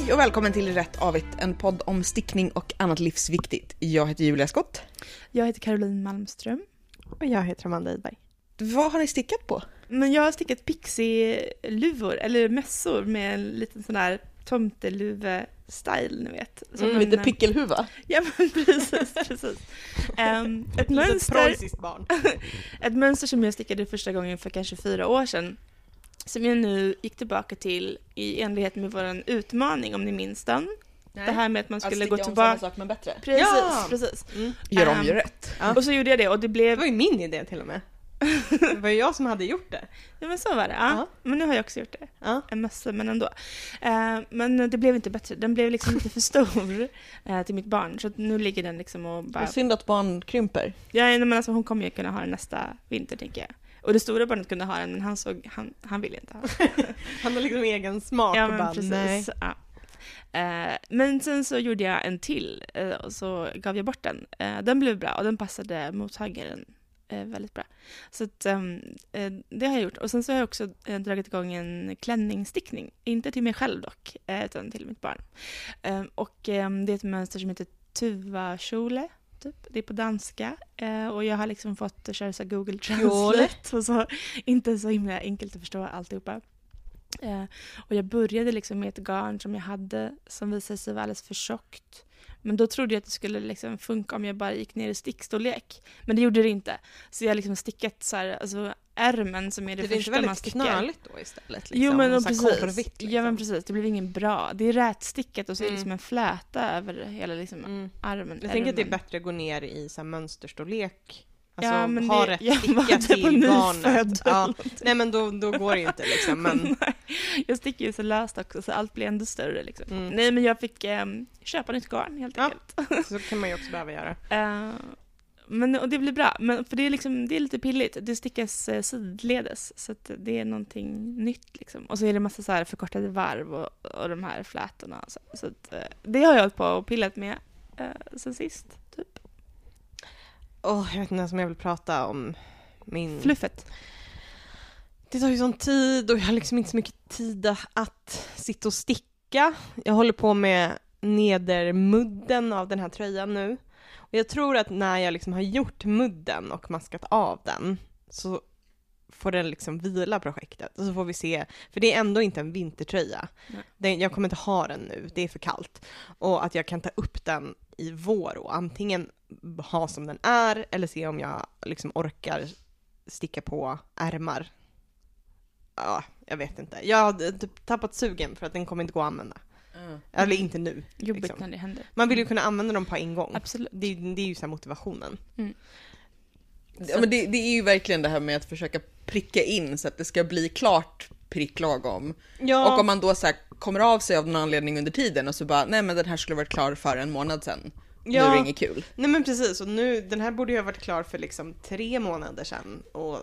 Hej och välkommen till Rätt Avigt, en podd om stickning och annat livsviktigt. Jag heter Julia Skott. Jag heter Caroline Malmström. Och jag heter Amanda Idberg. Vad har ni stickat på? Men jag har stickat pixie-luvor, eller mössor med en liten sån här tomteluve-style, ni vet. Som lite pickelhuva. Ja, men precis. Ett mönster, barn. ett mönster som jag stickade första gången för kanske 4 år sedan. Som jag nu gick tillbaka till i enlighet med vår utmaning, om ni minns den. Nej. Det här med att man skulle gå tillbaka. Samma sak men bättre. Precis. Gör om ju rätt. Ja. Och så gjorde jag det och det blev... Det var ju min idé till och med. Det var ju jag som hade gjort det. Ja, men så var det. Ja. Men nu har jag också gjort det. Ja. En massa, men ändå. Men det blev inte bättre. Den blev liksom lite för stor till mitt barn. Så nu ligger den liksom och bara... Det är synd att barn krymper. Ja, men alltså hon kommer ju kunna ha den nästa vinter, tänker jag. Och det stora barnet kunde ha den, men han ville inte ha den. Han har liksom egen smak. Ja, och men bara, precis. nej. Ja. Men sen så gjorde jag en till och så gav jag bort den. Den blev bra och den passade mottagaren väldigt bra. Så att, det har jag gjort. Och sen så har jag också dragit igång en klänningsstickning. Inte till mig själv dock, utan till mitt barn. Och det är ett mönster som heter Tuva-kjole. Typ. Det är på danska. Och jag har liksom fått köra så Google Translate. Och så inte så himla enkelt att förstå alltihopa. Och jag började liksom med ett garn som jag hade som visade sig vara alldeles för tjockt. Men då trodde jag att det skulle liksom funka om jag bara gick ner i stickstorlek. Men det gjorde det inte. Så jag liksom stickat så här, alltså ärmen som är det första man stickar. Det är knöligt då istället. Liksom. Jo, men så precis. Korvitt, liksom. Ja, men precis. Det blev ingen bra. Det är rätstickat och så är det liksom en fläta över hela liksom armen. Jag tänker att det är bättre att gå ner i så här mönsterstorlek. Alltså ja, men ha det, rätt sticka till garnet. Ja. Nej, men då går det inte liksom. Men... jag sticker ju så löst också så allt blir ändå större liksom. Nej, men jag fick köpa nytt garn helt enkelt. Så kan man ju också behöva göra. Och det blir bra. Men för det är liksom, det är lite pilligt. Det stickas sidledes. Så att det är någonting nytt liksom. Och så är det massa så här förkortade varv och de här flätorna. Så att, det har jag hållit på och pillat med sen sist typ. Jag vet inte ens om jag vill prata om min... Fluffet. Det tar ju sån tid och jag har liksom inte så mycket tid att sitta och sticka. Jag håller på med nedermudden av den här tröjan nu. Och jag tror att när jag liksom har gjort mudden och maskat av den så får den liksom vila projektet. Och så får vi se, för det är ändå inte en vintertröja. Jag kommer inte ha den nu, det är för kallt. Och att jag kan ta upp den i vår och antingen ha som den är eller se om jag liksom orkar sticka på ärmar. Ja, jag vet inte. Jag har typ tappat sugen för att den kommer inte gå att använda. Eller inte nu. Jobbigt liksom. när det händer. Man vill ju kunna använda dem på en gång. Absolut. Det är ju så här motivationen. Ja, men det är ju verkligen det här med att försöka pricka in så att det ska bli klart pricklagom. Ja. Och om man då så här kommer av sig av någon anledning under tiden och så bara, nej men den här skulle varit klar för en månad sedan. Nu är det inget kul. Nej, men precis, och nu, den här borde ju ha varit klar för liksom 3 månader sedan. Och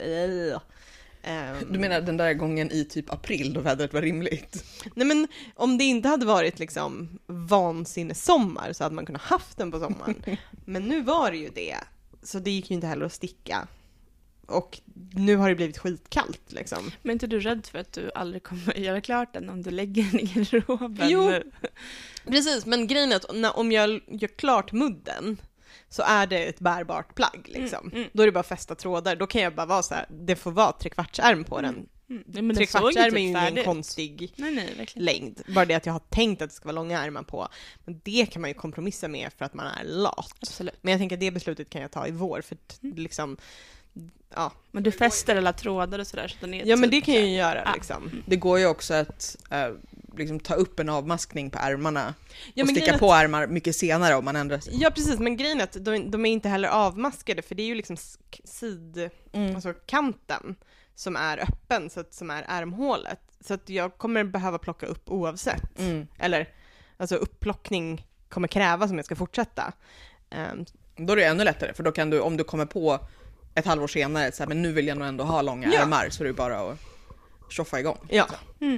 du menar den där gången i typ april då vädret var rimligt? Nej, men om det inte hade varit liksom vansinnesommar så hade man kunnat haft den på sommaren. Men nu var det ju det. Så det gick ju inte heller att sticka. Och nu har det blivit skitkallt liksom. Men är inte du rädd för att du aldrig kommer göra klart den om du lägger den i garderoben? Jo, nu? Precis. Men grejen är att om jag gör klart mudden så är det ett bärbart plagg liksom. Då är det bara fästa trådar. Då kan jag bara vara så här, det får vara 3/4 på den. Men 3/4 är ju ingen konstig nej, längd. Bara det att jag har tänkt att det ska vara långa ärmar på. Men det kan man ju kompromissa med för att man är lat. Absolut. Men jag tänker att det beslutet kan jag ta i vår. För liksom, ja. Men du fäster alla trådar och sådär. Så ja, men det kan jag ju göra liksom. Det går ju också att liksom ta upp en avmaskning på ärmarna och sticka på ärmar mycket senare om man ändrar sig. Ja, precis. Men grejen är att de är inte heller avmaskade för det är ju liksom alltså kanten som är öppen, så att, som är ärmhålet. Så att jag kommer behöva plocka upp oavsett. Eller, alltså upplockning kommer krävas om jag ska fortsätta. Då är det ännu lättare, för då kan du, om du kommer på ett halvår senare, så här, men nu vill jag nog ändå ha långa ärmar, så är det bara att tjoffa igång. Ja.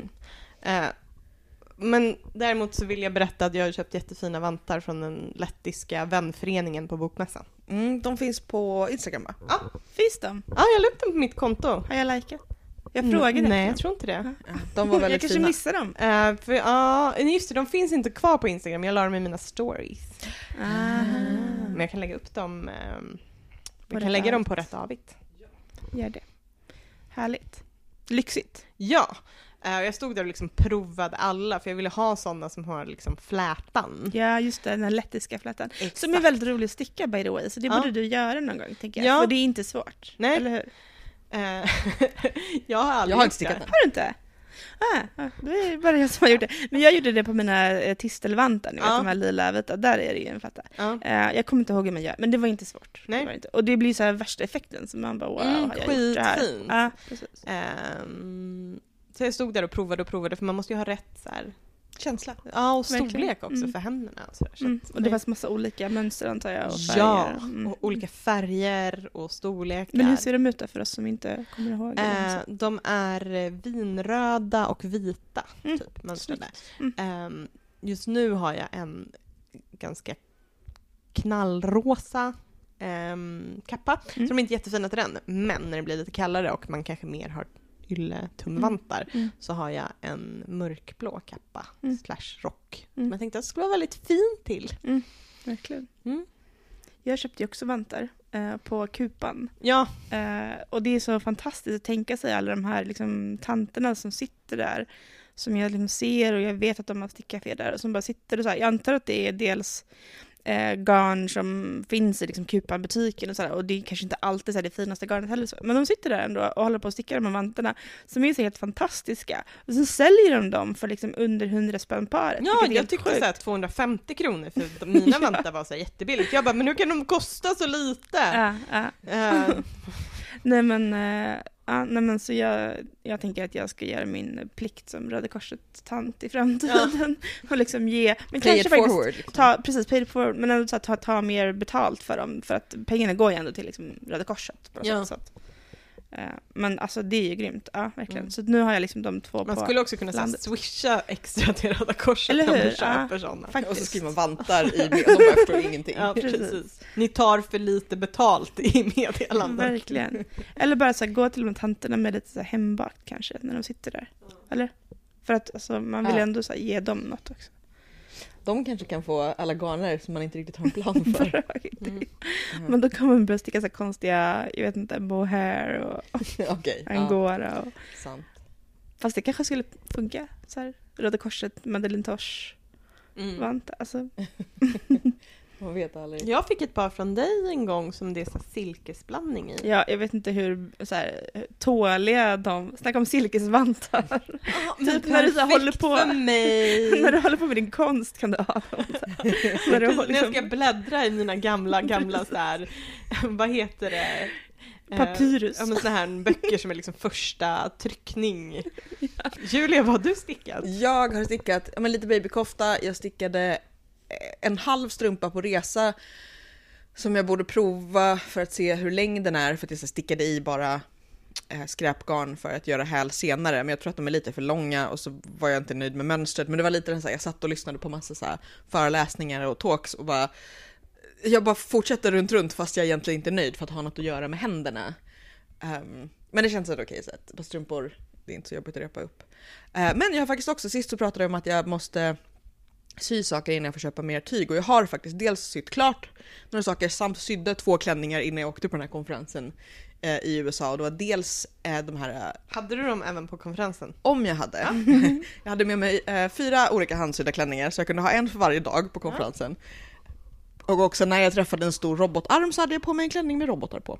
Men däremot så vill jag berätta att jag har köpt jättefina vantar från den lettiska vänföreningen på bokmässan. De finns på Instagram, va? Ja, finns de? Ja, jag la upp dem på mitt konto. Har jag likat? Jag frågade. Nej, jag tror inte det. De var väldigt jag kanske fina. missar dem. För ja, just det, de finns inte kvar på Instagram. Jag la dem i mina stories. Men jag kan lägga upp dem. Jag kan lägga dem på Rätt Avigt. Gör det. Härligt. Lyxigt. Ja. Jag stod där och liksom provade alla, för jag ville ha sådana som har liksom flätan. Ja, just det, den här lettiska flätan. Exakt. Som är väldigt rolig att sticka, by the way. Så det borde du göra någon gång, tänker jag. Ja. För det är inte svårt. Nej. Eller hur? Jag har aldrig Jag har gjort inte stickat det. den. Har du inte? Det är bara jag som har gjort det. Men jag gjorde det på mina tistelvantar, ni vet, de här lila vita. Där är det ju en fläta. Ja. Jag kommer inte ihåg hur man gör, men det var inte svårt. Nej. Det var inte. Och det blir så här värsta effekten, som man bara, wow, har jag gjort det här? skitfint. Ja, precis. Så jag stod där och provade, för man måste ju ha rätt så här. Känsla. Ja, och storlek Verkligen. också för händerna. Och, så där. Så att- Och det fanns massa olika mönster, antar jag, och färger. ja, och olika färger och storlekar. Men hur ser de ut då, för oss som inte kommer ihåg? De är vinröda och vita, typ, mönstrade. Just nu har jag en ganska knallrosa kappa. Så de är inte jättefina till den. Men när det blir lite kallare och man kanske mer har ylletumvantar så har jag en mörkblå kappa / rock. Men jag tänkte att det skulle vara väldigt fint till. Verkligen. Mm. Jag köpte ju också vantar på Kupan. Ja. Och det är så fantastiskt att tänka sig alla de här liksom, tanterna som sitter där. Som jag liksom ser, och jag vet att de har stickcafé där. Och som bara sitter och så här. Jag antar att det är dels garn som finns i liksom Kupan-butiken och sådär. Och det är kanske inte alltid så här det finaste garnet heller. Men de sitter där ändå och håller på att sticka de här vantarna. Som är så helt fantastiska. Och så säljer de dem för liksom under 100 spänn paret. Ja, vilket är jag helt tyckte sjukt. så här 250 kronor för mina vantar var så här jättebilligt. Jag bara, men nu kan de kosta så lite. Ja. Nej men så jag tänker att jag ska göra min plikt som Röda Korset-tant i framtiden. Och liksom ge, men Pay kanske it faktiskt forward. Liksom. pay it forward, men ändå så att ta mer betalt för dem, för att pengarna går ju ändå till liksom Röda Korset på något sätt. Men alltså det är ju grymt, ja verkligen. Så nu har jag liksom de två Man på skulle också kunna så här, landet. swisha extra till Röda Korset Eller om hur? du köper Ja, sådana. faktiskt. Och så skriver man vantar i med. De bara förstår ingenting. Ja, Precis. precis. Ni tar för lite betalt i meddelandet. Verkligen. Eller bara så här, gå till de tanterna med lite så här hembakt kanske, när de sitter där. Eller? För att alltså, man vill ändå så här, ge dem något också. De kanske kan få alla garner som man inte riktigt har en plan för. Bra idé. Men då kommer man börja sticka så här konstiga, jag vet inte, mohair och Okej, angora. Och... sant. Fast det kanske skulle funka. Så här, Röda Korset, Madeleine Tosh, vant. Alltså. Man vet aldrig. Jag fick ett par från dig en gång som det är så här silkesblandning i. Ja, jag vet inte hur så här, tåliga de... Snacka om silkesvantar. Typ när du så här, håller på... för mig. När du håller på med din konst kan du ha dem. När du När jag ska bläddra i mina gamla så här, vad heter det? Papyrus. Ja, men såna här böcker som är liksom första tryckning. Julia, vad har du stickat? Jag har stickat lite babykofta. Jag stickade en halv strumpa på resa som jag borde prova för att se hur längden är, för att jag stickade i bara skräpgarn för att göra häl senare, men jag tror att de är lite för långa och så var jag inte nöjd med mönstret. Men det var lite så här, jag satt och lyssnade på massa så här föreläsningar och talks och jag bara fortsätter runt fast jag egentligen inte är nöjd för att ha något att göra med händerna. Men det känns okej så att på strumpor, det är inte så jobbigt att repa upp. Men jag har faktiskt också, sist så pratade jag om att jag måste sy saker innan jag får köpa mer tyg, och jag har faktiskt dels sytt klart några saker samt sydde 2 klänningar innan jag åkte på den här konferensen i USA, och det var dels de här... Hade du dem även på konferensen? Om jag hade. Ja. Jag hade med mig 4 olika handsydda klänningar, så jag kunde ha en för varje dag på konferensen. Och också när jag träffade en stor robotarm så hade jag på mig en klänning med robotar på.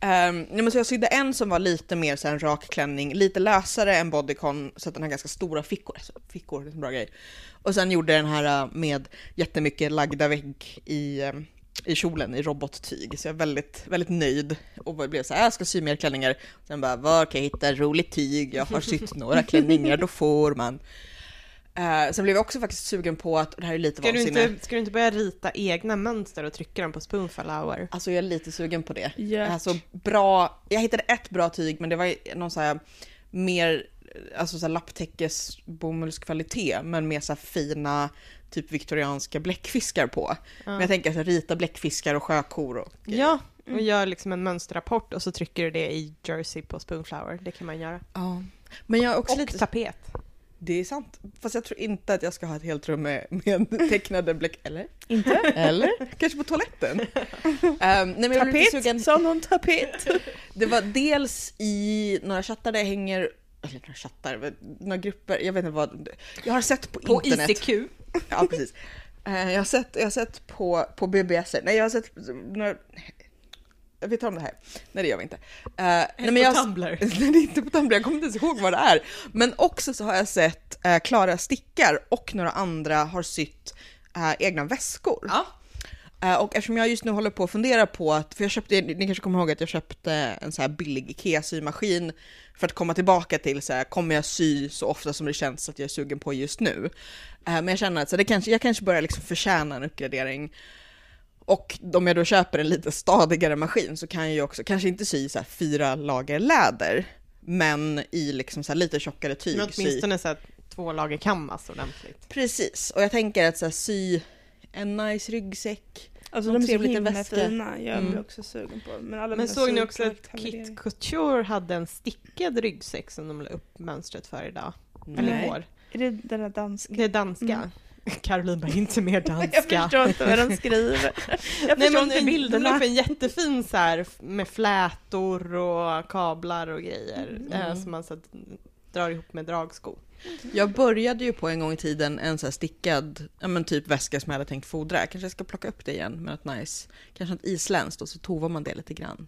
Så jag sydde en som var lite mer så här, en rak klänning, lite lösare än bodycon, så att den har ganska stora fickor. Alltså, fickor är en bra grej. Och sen gjorde jag den här med jättemycket lagda vägg i kjolen i robottyg. Så jag är väldigt, väldigt nöjd. Och blev så här, jag ska sy mer klänningar. Sen bara, var kan jag hitta roligt tyg? Jag har sytt några klänningar, då får man. Sen blev jag också faktiskt sugen på att, det här är lite vansinne. Ska du inte börja rita egna mönster och trycka dem på Spoonful Hour? Alltså jag är lite sugen på det. Yeah. Alltså bra, jag hittade ett bra tyg, men det var någon så här mer, alltså så här lapptäckes bomullskvalitet, men med så här fina typ viktorianska bläckfiskar på. Men jag tänker så här, rita bläckfiskar och sjökor och Ja, och gör liksom en mönsterrapport och så trycker du det i jersey på Spoonflower. Det kan man göra. Ja. Men jag är också Och lite... tapet. Det är sant. Fast jag tror inte att jag ska ha ett helt rum med tecknade bläck... Eller? Inte? Eller? Kanske på toaletten. Nej, men jag blev lite sugen. Sa någon tapet? Det var dels i några chattar där jag hänger... Eller några chattar, några grupper, jag vet inte vad... Jag har sett på internet. ICQ. Ja, precis. Jag har sett på BBS. Nej, jag har sett några... Vi tar om det här. Nej, det gör vi inte. Nej, men jag... Tumblr. Nej, det är inte på Tumblr. Jag kommer inte ens ihåg vad det är. Men också så har jag sett Klara stickar och några andra har sytt egna väskor. Ja. Och eftersom jag just nu håller på att fundera på att, för jag köpte, ni kanske kommer ihåg att jag köpte en så här billig IKEA-symaskin för att komma tillbaka till så här, kommer jag sy så ofta som det känns att jag är sugen på just nu. Men jag känner att så jag kanske börjar liksom förtjäna en uppgradering. Och om jag då köper en lite stadigare maskin så kan jag ju också, kanske inte sy så här 4 lager läder, men i liksom så här lite tjockare tyg. Men åtminstone så här 2 lager canvas ordentligt. Precis, och jag tänker att så här, sy en nice ryggsäck. Alltså de är så himla fina. Jag blir också sugen på. Men såg ni också att Kit Couture hade en stickad ryggsäck som de la upp mönstret för idag? Eller igår. Är det den där danska? Det är danska. Caroline bara, inte mer danska. Jag förstår inte vad de skriver. Jag förstår inte bilderna. De la upp en jättefin så här med flätor och kablar och grejer som man så att, drar ihop med dragsko. Jag började ju på en gång i tiden en så här stickad, men typ väska som jag hade tänkt fodra. Kanske jag ska plocka upp det igen med något nice, kanske något isländskt, och så tovar man det lite grann.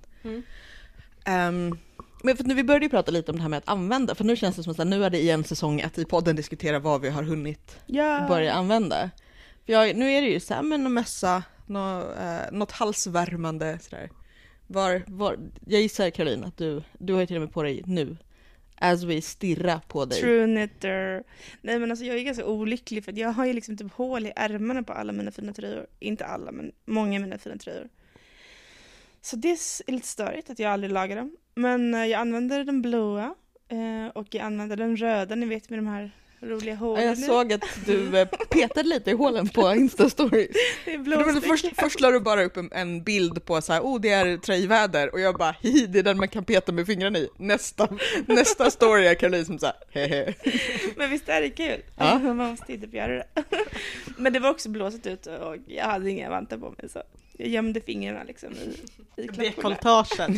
Men för nu vi började ju prata lite om det här med att använda, för nu känns det som att nu är det i en säsong att i podden diskutera vad vi har hunnit börja använda. För nu är det ju så här med någon mössa, något halsvärmande sådär. Jag gissar, Caroline, att du har ju till och med på dig nu. As we stirra på dig. True knitter. Nej, men alltså jag är ganska olycklig för att jag har ju liksom typ hål i ärmarna på alla mina fina tröjor. Inte alla, men många av mina fina tröjor. Så det är lite störigt att jag aldrig lagar dem. Men jag använder den blåa och jag använder den röda, ni vet, med de här roliga hålen. Jag såg att du petade lite i hålen på Insta-stories. Det är först la du bara upp en bild på så här, det är tröjväder, och jag bara, det är den man kan peta med fingrarna i. Nästa story är Caroline som så här, hehe. Men visst är det kul? Ja. Man måste ju typ göra det. Men det var också blåsigt ut och jag hade inga vantar på mig, så jag gömde fingrarna liksom i dekoltagen.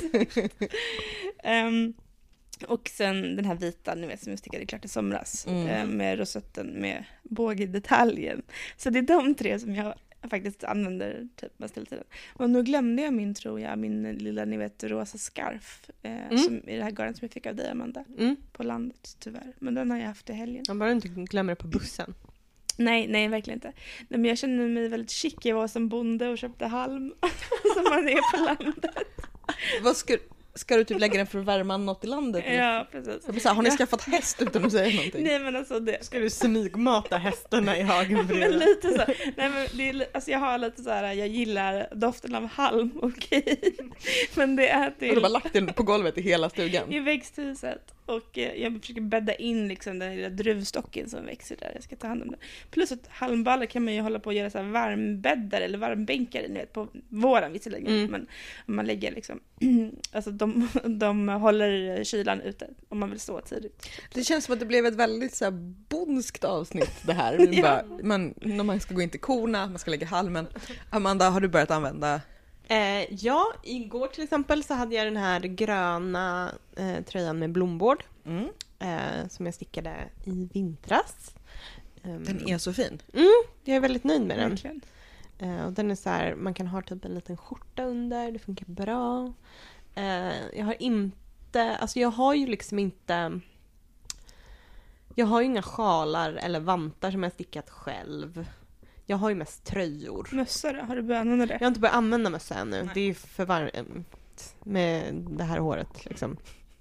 Och sen den här vita, ni vet, som jag stickade klart i somras med rosetten med bågdetaljen. Så det är de 3 som jag faktiskt använder typ mest hela tiden. Och nu glömde jag min lilla, ni vet, rosa scarf som i det här garnet som jag fick av dig, Amanda, på landet tyvärr. Men den har jag haft i helgen. Man bara inte glömmer det på bussen. Nej, verkligen inte. Nej, men jag känner mig väldigt chic. Jag var som bonde och köpte halm som man är på landet. Vad ska du typ lägga den för att värma något i landet? Ja, precis. Så här, har ni skaffat häst utan att säga någonting? Nej, men alltså det... Ska du smygmata hästarna i hagen bredvid? Men lite så. Nej, men det är, alltså jag har lite så här, jag gillar doften av halm, okej. Men det är till... Och du bara lagt den på golvet i hela stugan? I växthuset. Och jag försöker bädda in liksom den lilla druvstocken som växer där. Jag ska ta hand om det. Plus att halmballar kan man ju hålla på att göra så här varmbäddar eller varmbänkar, ni vet, på våren visserligen. Men om man lägger liksom, alltså de håller kylan ute om man vill stå tidigt. Det känns som att det blev ett väldigt så här bonskt avsnitt det här. När man ska gå in till korna, man ska lägga halmen. Amanda, har du börjat använda? Ja, igår till exempel så hade jag den här gröna tröjan med blombord som jag stickade i vintras. Den är så fin. Jag är väldigt nöjd med den. Verkligen. Och den är så här, man kan ha typ en liten skjorta under, det funkar bra. Jag har inte, alltså jag har ju liksom inte, jag har ju inga sjalar eller vantar som jag stickat själv. Jag har ju mest tröjor. Mössor, har du börjat använda det? Jag har inte börjat använda mössa ännu. Nej. Det är för varmt med det här håret liksom.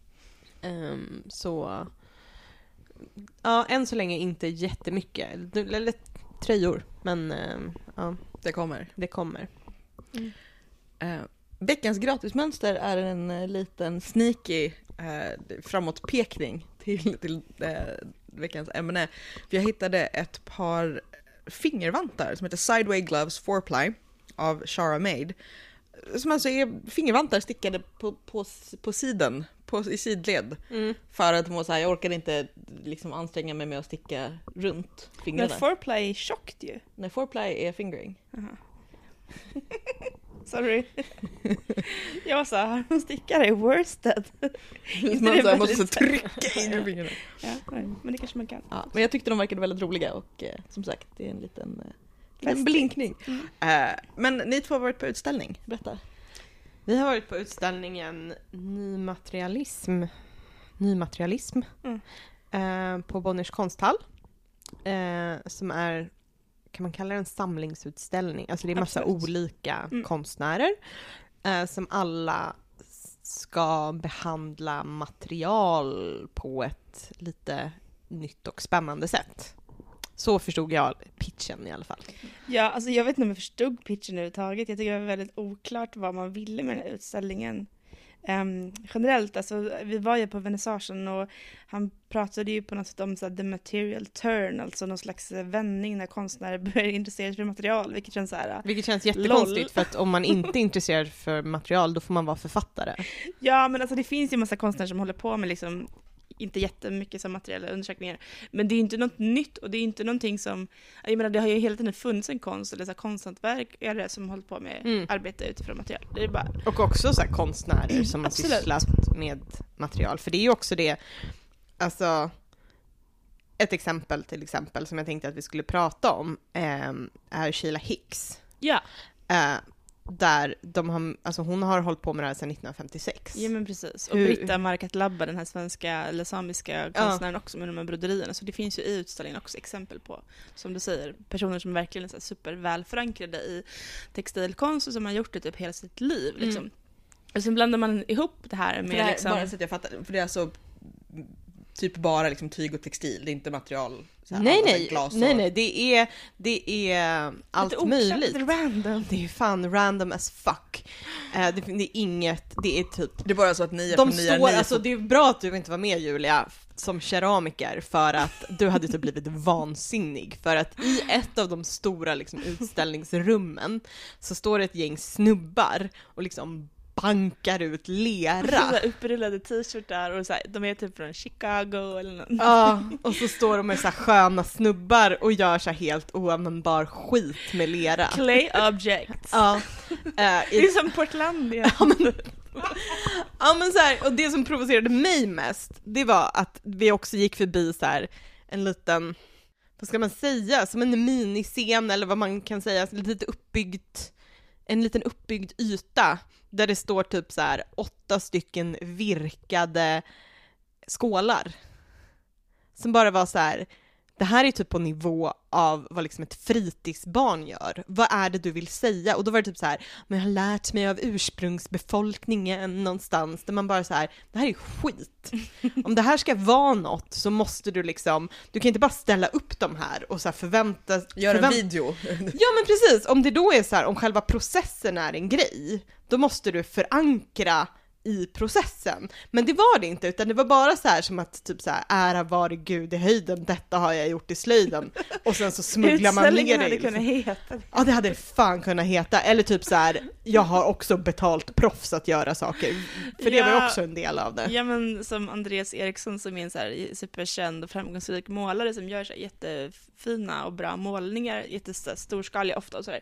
Så ja, än så länge inte jättemycket. Eller tröjor, men ja. Det kommer. Veckans gratismönster är en liten sneaky framåtpekning till veckans ämne. För jag hittade ett par fingervantar som heter Sideway Gloves 4-ply av Shara Made. som alltså är fingervantar stickade på sidan, i sidled. För att må så här, jag orkar inte liksom anstränga mig med att sticka runt fingrarna. Men foreplay är tjockt ju. Nej, foreplay är fingering. Sorry. Jag sa, hon stickar i worsted. Man måste trycka in i fingrarna. Ja, men det kanske man kan. Ja, men jag tyckte de verkade väldigt roliga och som sagt, det är en liten blinkning. Men ni två har varit på utställning, berätta. Vi har varit på utställningen Nymaterialism på Bonniers konsthall. Som är, kan man kalla det en samlingsutställning? Alltså det är massa olika konstnärer som alla ska behandla material på ett lite nytt och spännande sätt. Så förstod jag pitchen i alla fall. Ja, alltså jag vet inte om jag förstod pitchen överhuvudtaget. Jag tycker det var väldigt oklart vad man ville med den här utställningen. Generellt, alltså vi var ju på vernissagen och han pratade ju på något sätt om så här, the material turn, alltså någon slags vändning när konstnärer börjar intressera sig för material, vilket känns jättekonstigt, för att om man inte är intresserad för material, då får man vara författare. Ja, men alltså det finns ju massa konstnärer som håller på med liksom inte jättemycket som materiella undersökningar, men det är inte något nytt och det är inte någonting som, jag menar, det har ju hela tiden funnits en konst eller så här konsthantverkare som håller på med arbete utifrån material. Det är bara... Och också så här konstnärer som har sysslat med material, för det är ju också det, alltså ett exempel till exempel som jag tänkte att vi skulle prata om är Sheila Hicks. Ja. Där hon har hållit på med det här sedan 1956. Ja, men precis. Och Britta Markat Labba, den här svenska eller samiska konstnären också med de här broderierna. Så det finns ju i utställningen också exempel på, som du säger, personer som verkligen är så här super väl förankrade i textilkonst och som har gjort det typ hela sitt liv. Liksom. Och sen blandar man ihop det här med... För det här, liksom... bara så att jag fattar, för det är alltså typ bara liksom tyg och textil, det är inte material. Så här, nej, glas och... nej, det är allt möjligt. Random. Det är fan random as fuck. Det är inget, det är typ... Det är bara så att ni det är bra att du inte var med, Julia, som keramiker, för att du hade typ blivit vansinnig. För att i ett av de stora liksom, utställningsrummen så står det ett gäng snubbar och liksom bankar ut lera. Upprullade t-shirtar och så här, de är typ från Chicago eller något. Ja, och så står de med så här sköna snubbar och gör så här helt oanvändbar skit med lera. Clay objects. Ja. Det är som Portlandia. Ja, men så här, och det som provocerade mig mest, det var att vi också gick förbi så här en liten, vad ska man säga, som en miniscen eller vad man kan säga, en liten uppbyggd yta där det står typ så här 8 stycken virkade skålar som bara var så här, det här är typ på nivå av vad liksom ett fritidsbarn gör. Vad är det du vill säga? Och då var det typ så här, men jag har lärt mig av ursprungsbefolkningen någonstans, där man bara så här, det här är skit. Om det här ska vara något så måste du liksom, du kan inte bara ställa upp de här och så här göra en video. Ja, men precis. Om det då är så här, om själva processen är en grej, då måste du förankra i processen. Men det var det inte, utan det var bara så här som att typ så här, ära vare Gud i höjden, detta har jag gjort i slöjden. Och sen så smugglar man ner det. Hade kunnat heta. Ja, det hade det fan kunnat heta. Eller typ så här, jag har också betalt proffs att göra saker. För det var också en del av det. Ja, men som Andreas Eriksson som är en så här superkänd och framgångsrik målare som gör så här jättefina och bra målningar, jättestorskaliga ofta och sådär.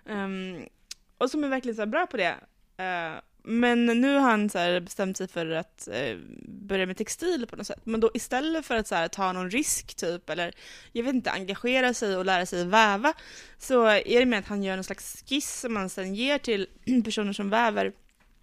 Och som är verkligen så här bra på det. Men nu har han så här bestämt sig för att börja med textil på något sätt. Men då istället för att så här, ta någon risk typ, eller jag vet inte, engagera sig och lära sig väva, så är det med att han gör någon slags skiss som man sen ger till personer som väver,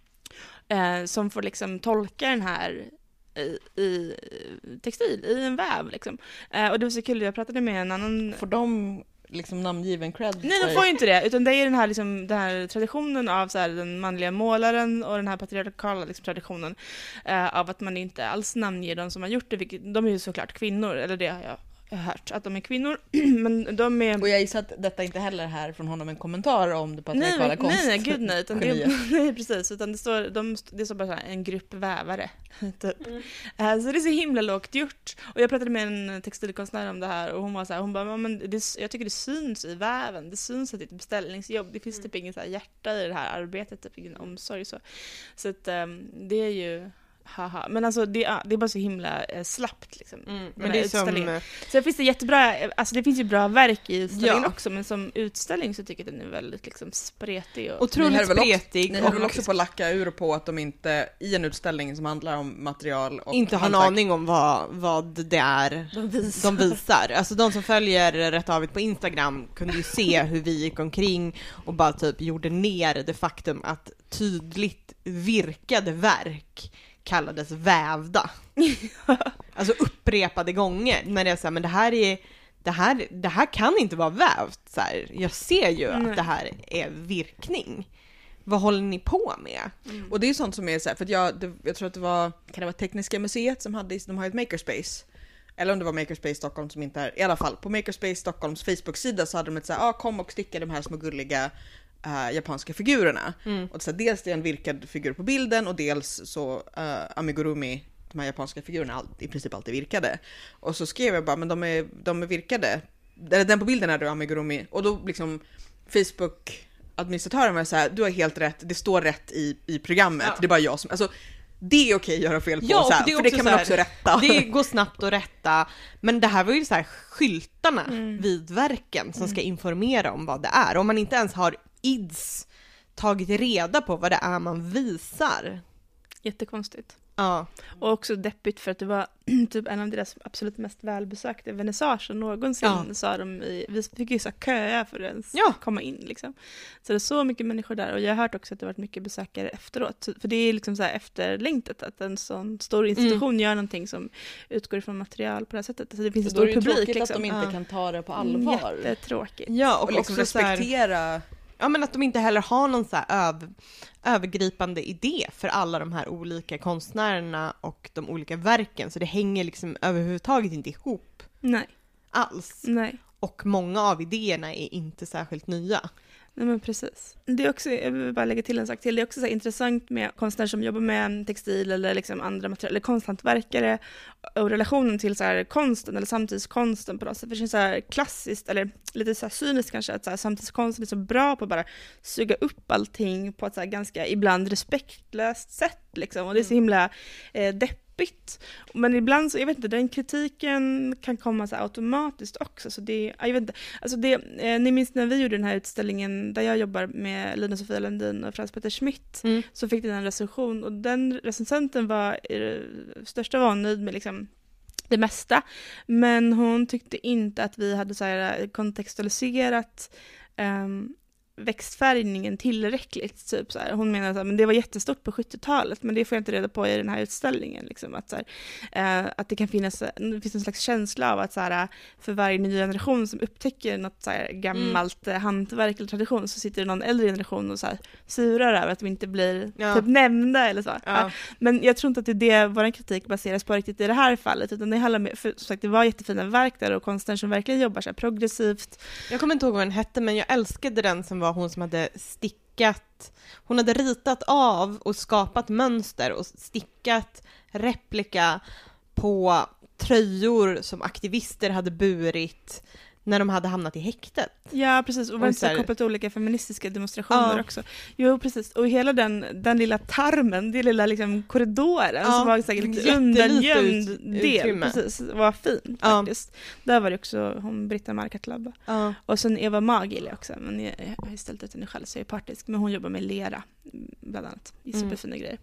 som får liksom tolka den här i textil, i en väv liksom. Och det var så kul, jag pratade med en annan... Får de liksom namngiven cred? Nej, de får ju inte det, utan det är den här, liksom, den här traditionen av så här, den manliga målaren och den här patriarkala liksom, traditionen av att man inte alls namnger de som har gjort det, vilket, de är ju såklart kvinnor, eller det har jag jag har hört att de är kvinnor, men de är... Och jag gissar att detta inte heller är här från honom en kommentar om det patriarkala konst. Nej, gud nej. Utan nej, precis. Utan det står bara så här, en grupp vävare. Typ. Så det är så himla lågt gjort. Och jag pratade med en textilkonstnär om det här och hon var så här, hon bara, men jag tycker det syns i väven. Det syns att det är ett beställningsjobb. Det finns typ ingen så här hjärta i det här arbetet, typ ingen omsorg. Så att det är ju... Haha. Men alltså det är bara så himla slappt liksom. Men det är som... Så det finns det jättebra, alltså det finns ju bra verk i utställningen också, men som utställning så tycker jag att den är väldigt liksom spretig och otroligt spretig. Ni har väl också på lacka ur på att de inte i en utställning som handlar om material och inte har en aning om vad det är de visar. Alltså de som följer Rätt Avigt på Instagram kunde ju se hur vi gick omkring och bara typ gjorde ner det faktum att tydligt virkade verk kallades vävda. Alltså upprepade gånger. När det är så här, men det här kan inte vara vävt. Så här, jag ser ju att det här är virkning. Vad håller ni på med? Och det är sånt som är så här, för att jag tror att det var Tekniska museet som de har ett makerspace. Eller om det var Makerspace Stockholm som inte är, i alla fall på Makerspace Stockholms Facebook-sida så hade de ett så här, kom och sticka de här små gulliga japanska figurerna. Och så dels det är en virkad figur på bilden och dels så amigurumi, de här japanska figurerna i princip alltid virkade. Och så skrev jag bara, men de är virkade. Den på bilden är då amigurumi. Och då liksom Facebook-administratören var så här, du har helt rätt, det står rätt i programmet. Det är bara jag som... Alltså, det är okej att göra fel på, så här, för det kan man också rätta. Det går snabbt att rätta. Men det här var ju så här skyltarna vid verken som ska informera om vad det är. Om man inte ens har tagit reda på vad det är man visar. Jättekonstigt. Ja. Och också deppigt för att det var typ en av deras absolut mest välbesökta vernissager någonsin, sa de vi fick ju så köa för att ens komma in liksom. Så det är så mycket människor där, och jag har hört också att det har varit mycket besökare efteråt, för det är liksom så här efterlängtat att en sån stor institution gör någonting som utgår från material på det här sättet. Så det finns en stor publik. Det är tråkigt liksom. Att de inte kan ta det på allvar. Jättetråkigt. Ja, och liksom respektera... Ja, men att de inte heller har någon så här övergripande idé för alla de här olika konstnärerna och de olika verken. Så det hänger liksom överhuvudtaget inte ihop. Nej. Alls. Nej. Och många av idéerna är inte särskilt nya. Nej, men precis. Det är också, jag vill bara lägga till en sak till. Det är också så här intressant med konstnärer som jobbar med textil eller liksom andra material, eller konsthantverkare och relationen till så här konsten eller samtidskonsten på något sätt. För det är så här klassiskt, eller lite så här cyniskt kanske, att så här samtidskonsten är så bra på att bara suga upp allting på ett så här ganska ibland respektlöst sätt liksom. Och det är så himla deppigt. Men ibland så, jag vet inte, den kritiken kan komma så automatiskt också, så det, jag vet inte, alltså det, ni minns när vi gjorde den här utställningen där jag jobbar med Lina Sofia Landin och Frans Peter Schmidt, så fick den en recension, och den recensenten var i det största vanöjd med liksom det mesta, men hon tyckte inte att vi hade så här kontextualiserat växtfärgningen tillräckligt, typ så här. Hon menar att men det var jättestort på 70-talet, men det får jag inte reda på i den här utställningen liksom, att så här, att det kan finnas en slags känsla av att så här, för varje ny generation som upptäcker något så här gammalt hantverk eller tradition, så sitter det någon äldre generation och så här surar över att de inte blir typ nämnda eller så. Men jag tror inte att det är det vår kritik baseras på riktigt i det här fallet, utan det handlar för som sagt, det var jättefina verk där och konstnärer som verkligen jobbar så här progressivt. Jag kommer inte ihåg vad den hette, men jag älskade den som var hon som hade stickat, hon hade ritat av och skapat mönster och stickat replika på tröjor som aktivister hade burit när de hade hamnat i häktet. Ja, precis. Och var inte så kopplat till olika feministiska demonstrationer också. Jo, precis. Och hela den lilla tarmen, den lilla liksom korridoren som var säkert lite undangömd del. Precis, var fin faktiskt. Där var det också hon Britta Markatlabba. Och sen Eva Magili också. Men jag har ju ställt ut henne själv, så jag är partisk. Men hon jobbar med lera, bland annat. I superfina grejer.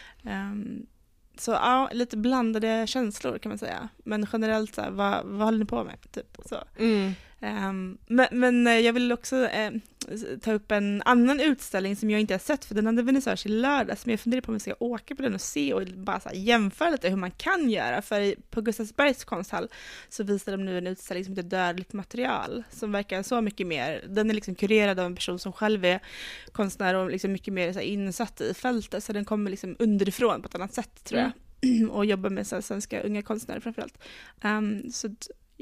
Så ja, lite blandade känslor kan man säga. Men generellt så här, vad håller ni på med? Typ, så. Men jag vill också ta upp en annan utställning som jag inte har sett, för den hade vernissage i lördags, men jag funderar på om jag ska åka på den och se och bara så här jämföra lite hur man kan göra. För på Gustavsbergs konsthall så visar de nu en utställning som heter Dödligt material, som verkar så mycket mer, den är liksom kurerad av en person som själv är konstnär och liksom mycket mer så här insatt i fältet, så den kommer liksom underifrån på ett annat sätt tror jag, och jobbar med så här svenska unga konstnärer framförallt. Så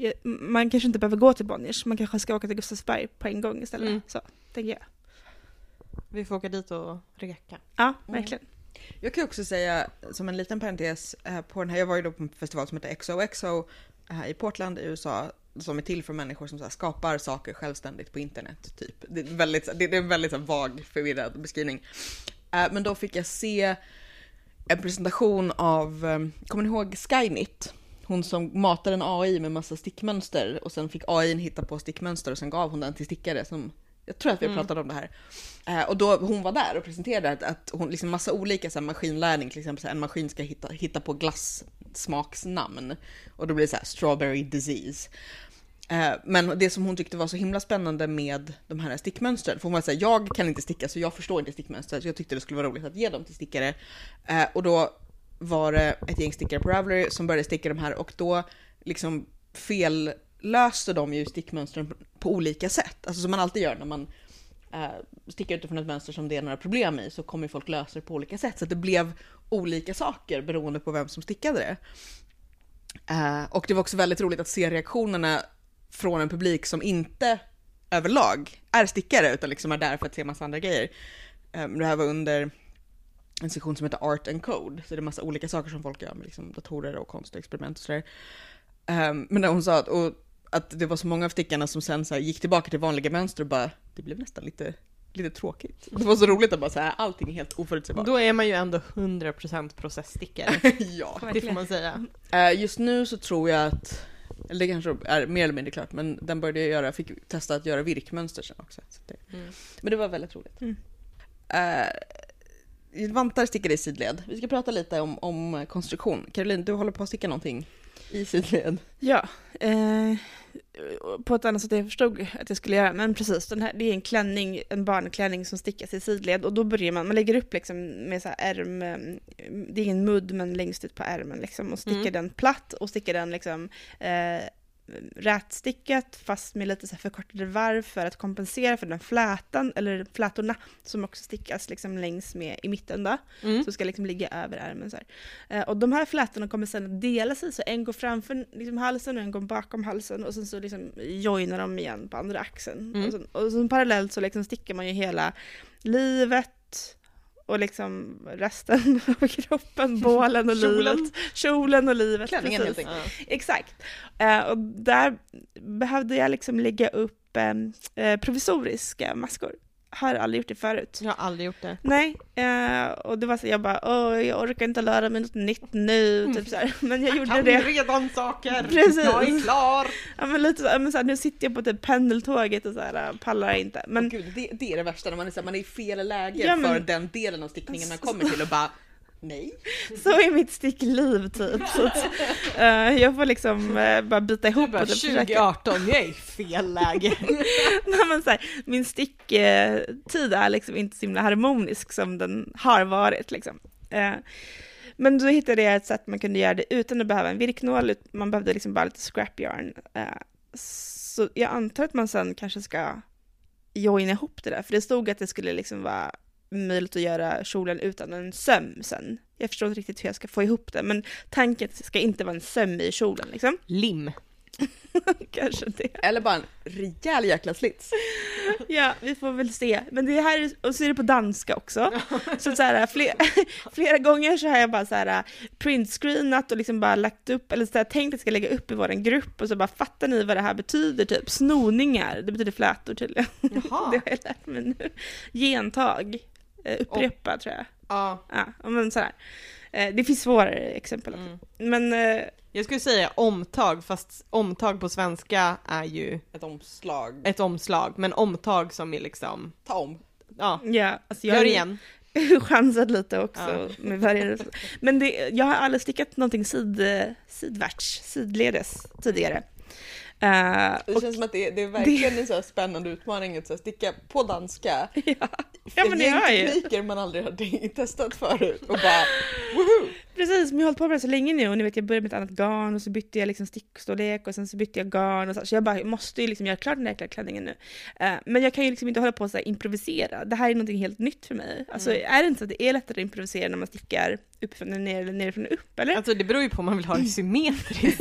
man kanske inte behöver gå till Bonniers. Man kanske ska åka till Gustavsberg på en gång istället. Så, tänker jag. Vi får åka dit och reka. Ja, verkligen. Jag kan också säga, som en liten parentes på den här, jag var ju då på en festival som heter XOXO i Portland i USA, som är till för människor som så här, skapar saker självständigt på internet, typ. Det är en väldigt så här, vag, förvirrad beskrivning. Men då fick jag se en presentation av, kommer ni ihåg Skynet? Hon som matade en AI med massa stickmönster och sen fick AI hitta på stickmönster och sen gav hon den till stickare som, jag tror att vi pratade om det här. Och då hon var där och presenterade att hon liksom massa olika så här, maskinlärning, till exempel så här, en maskin ska hitta på glassmaksnamn och då blir det så här strawberry disease. Men det som hon tyckte var så himla spännande med de här stickmönstren, för hon var säga, jag kan inte sticka så jag förstår inte stickmönster, så jag tyckte det skulle vara roligt att ge dem till stickare. Och då var det ett gäng stickare på Ravelry som började sticka de här och då liksom löste de ju stickmönstren på olika sätt. Alltså som man alltid gör när man stickar utifrån ett mönster som det är några problem i, så kommer folk lösa det på olika sätt. Så att det blev olika saker beroende på vem som stickade det. Och det var också väldigt roligt att se reaktionerna från en publik som inte överlag är stickare utan liksom är där för att se massa andra grejer. Det här var under en sektion som heter Art and Code, så det är massa olika saker som folk gör med liksom datorer och konst och experiment och sådär. Men när hon sa att det var så många av stickarna som sen så här gick tillbaka till vanliga mönster och bara, det blev nästan lite tråkigt. Det var så roligt att bara så här, allting är helt oförutsägbart. Då är man ju ändå 100% processstickare. Ja, det får man säga. Just nu så tror jag att, eller det kanske är mer eller mindre klart, men den började fick testa att göra virkmönster sen också. Så men det var väldigt roligt. Vantar stickade i sidled. Vi ska prata lite om konstruktion. Caroline, du håller på att sticka någonting i sidled. Ja, på ett annat sätt jag förstod att jag skulle göra. Men precis, det är en klänning, en barnklänning som stickas i sidled. Och då börjar man lägger upp liksom med så här ärm, det är ingen mudd men längst ut på ärmen liksom. Och stickar den platt och stickar den liksom rätstickat fast med lite så här förkortade varv för att kompensera för den flätan eller flätorna som också stickas liksom längs med i mitten då. Så ska liksom ligga över ärmen så här. Och de här flätorna kommer sedan att dela sig, så en går framför liksom halsen och en går bakom halsen och sen så liksom joinar de igen på andra axeln. Och sen parallellt så liksom stickar man ju hela livet och liksom resten av kroppen, bålen och livet. Kjolen och livet. Klänningen helt enkelt. Exakt. Och där behövde jag liksom lägga upp provisoriska maskor. Har aldrig gjort det förut. Jag har aldrig gjort det. Nej, och det var så jag bara, jag orkar inte lära mig något nytt nu, typ så här. Men jag gjorde det. Jag kan redan saker. Precis. Jag är klar. Ja, men lite så, men så här, nu sitter jag på typ pendeltåget och så här, pallar jag inte. Men Gud, det är det värsta när man är så här, man är i fel läge för den delen av stickningen man kommer till och bara nej. Så är mitt stickliv typ. Så att, jag får liksom bara bita ihop. Du bara, 2018, jag är i fel läge. Nej, men så här, min sticktid är liksom inte så himla harmonisk som den har varit. Liksom. Men då hittade jag ett sätt man kunde göra det utan att behöva en virknål. Man behövde liksom bara lite scrap yarn. Så jag antar att man sen kanske ska joina ihop det där. För det stod att det skulle liksom vara möjligt att göra kjolen utan en söm sen. Jag förstår inte riktigt hur jag ska få ihop det, men tanken ska inte vara en söm i kjolen liksom. Lim. Kanske det. Eller bara en rejäl jäkla slits. Ja, vi får väl se. Men det här, och så är det på danska också. Så här, flera gånger så har jag bara så här printscreenat och liksom bara lagt upp, eller så här, tänkt att jag ska lägga upp i våran grupp och så bara, fattar ni vad det här betyder? Typ snoningar, det betyder flätor tydligen. Jaha. Det har jag lärt mig nu. Gentag, upprepa tror jag. Ja. Ja, men så här. Det finns svårare exempel. Men jag skulle säga omtag, fast omtag på svenska är ju ett omslag, men omtag som är liksom ta om. Ja, alltså jag gör igen. Chansat lite också med varje. Men jag har aldrig stickat någonting sidledes tidigare. Det känns som att det är verkligen en så här spännande utmaning att så här sticka på danska. Ja, men det är ju tekniker man aldrig har testat förut och bara woohoo. Precis, men jag har hållit på med det så länge nu och ni vet jag började med ett annat garn och så bytte jag liksom stickstorlek och sen så bytte jag garn och så jag bara måste ju liksom göra klart den här klänningen nu. Men jag kan ju liksom inte hålla på och så här improvisera. Det här är någonting helt nytt för mig. Alltså är det inte så att det är lättare att improvisera när man stickar uppifrån och ner eller nerifrån och upp, eller? Alltså det beror ju på om man vill ha det symmetriskt.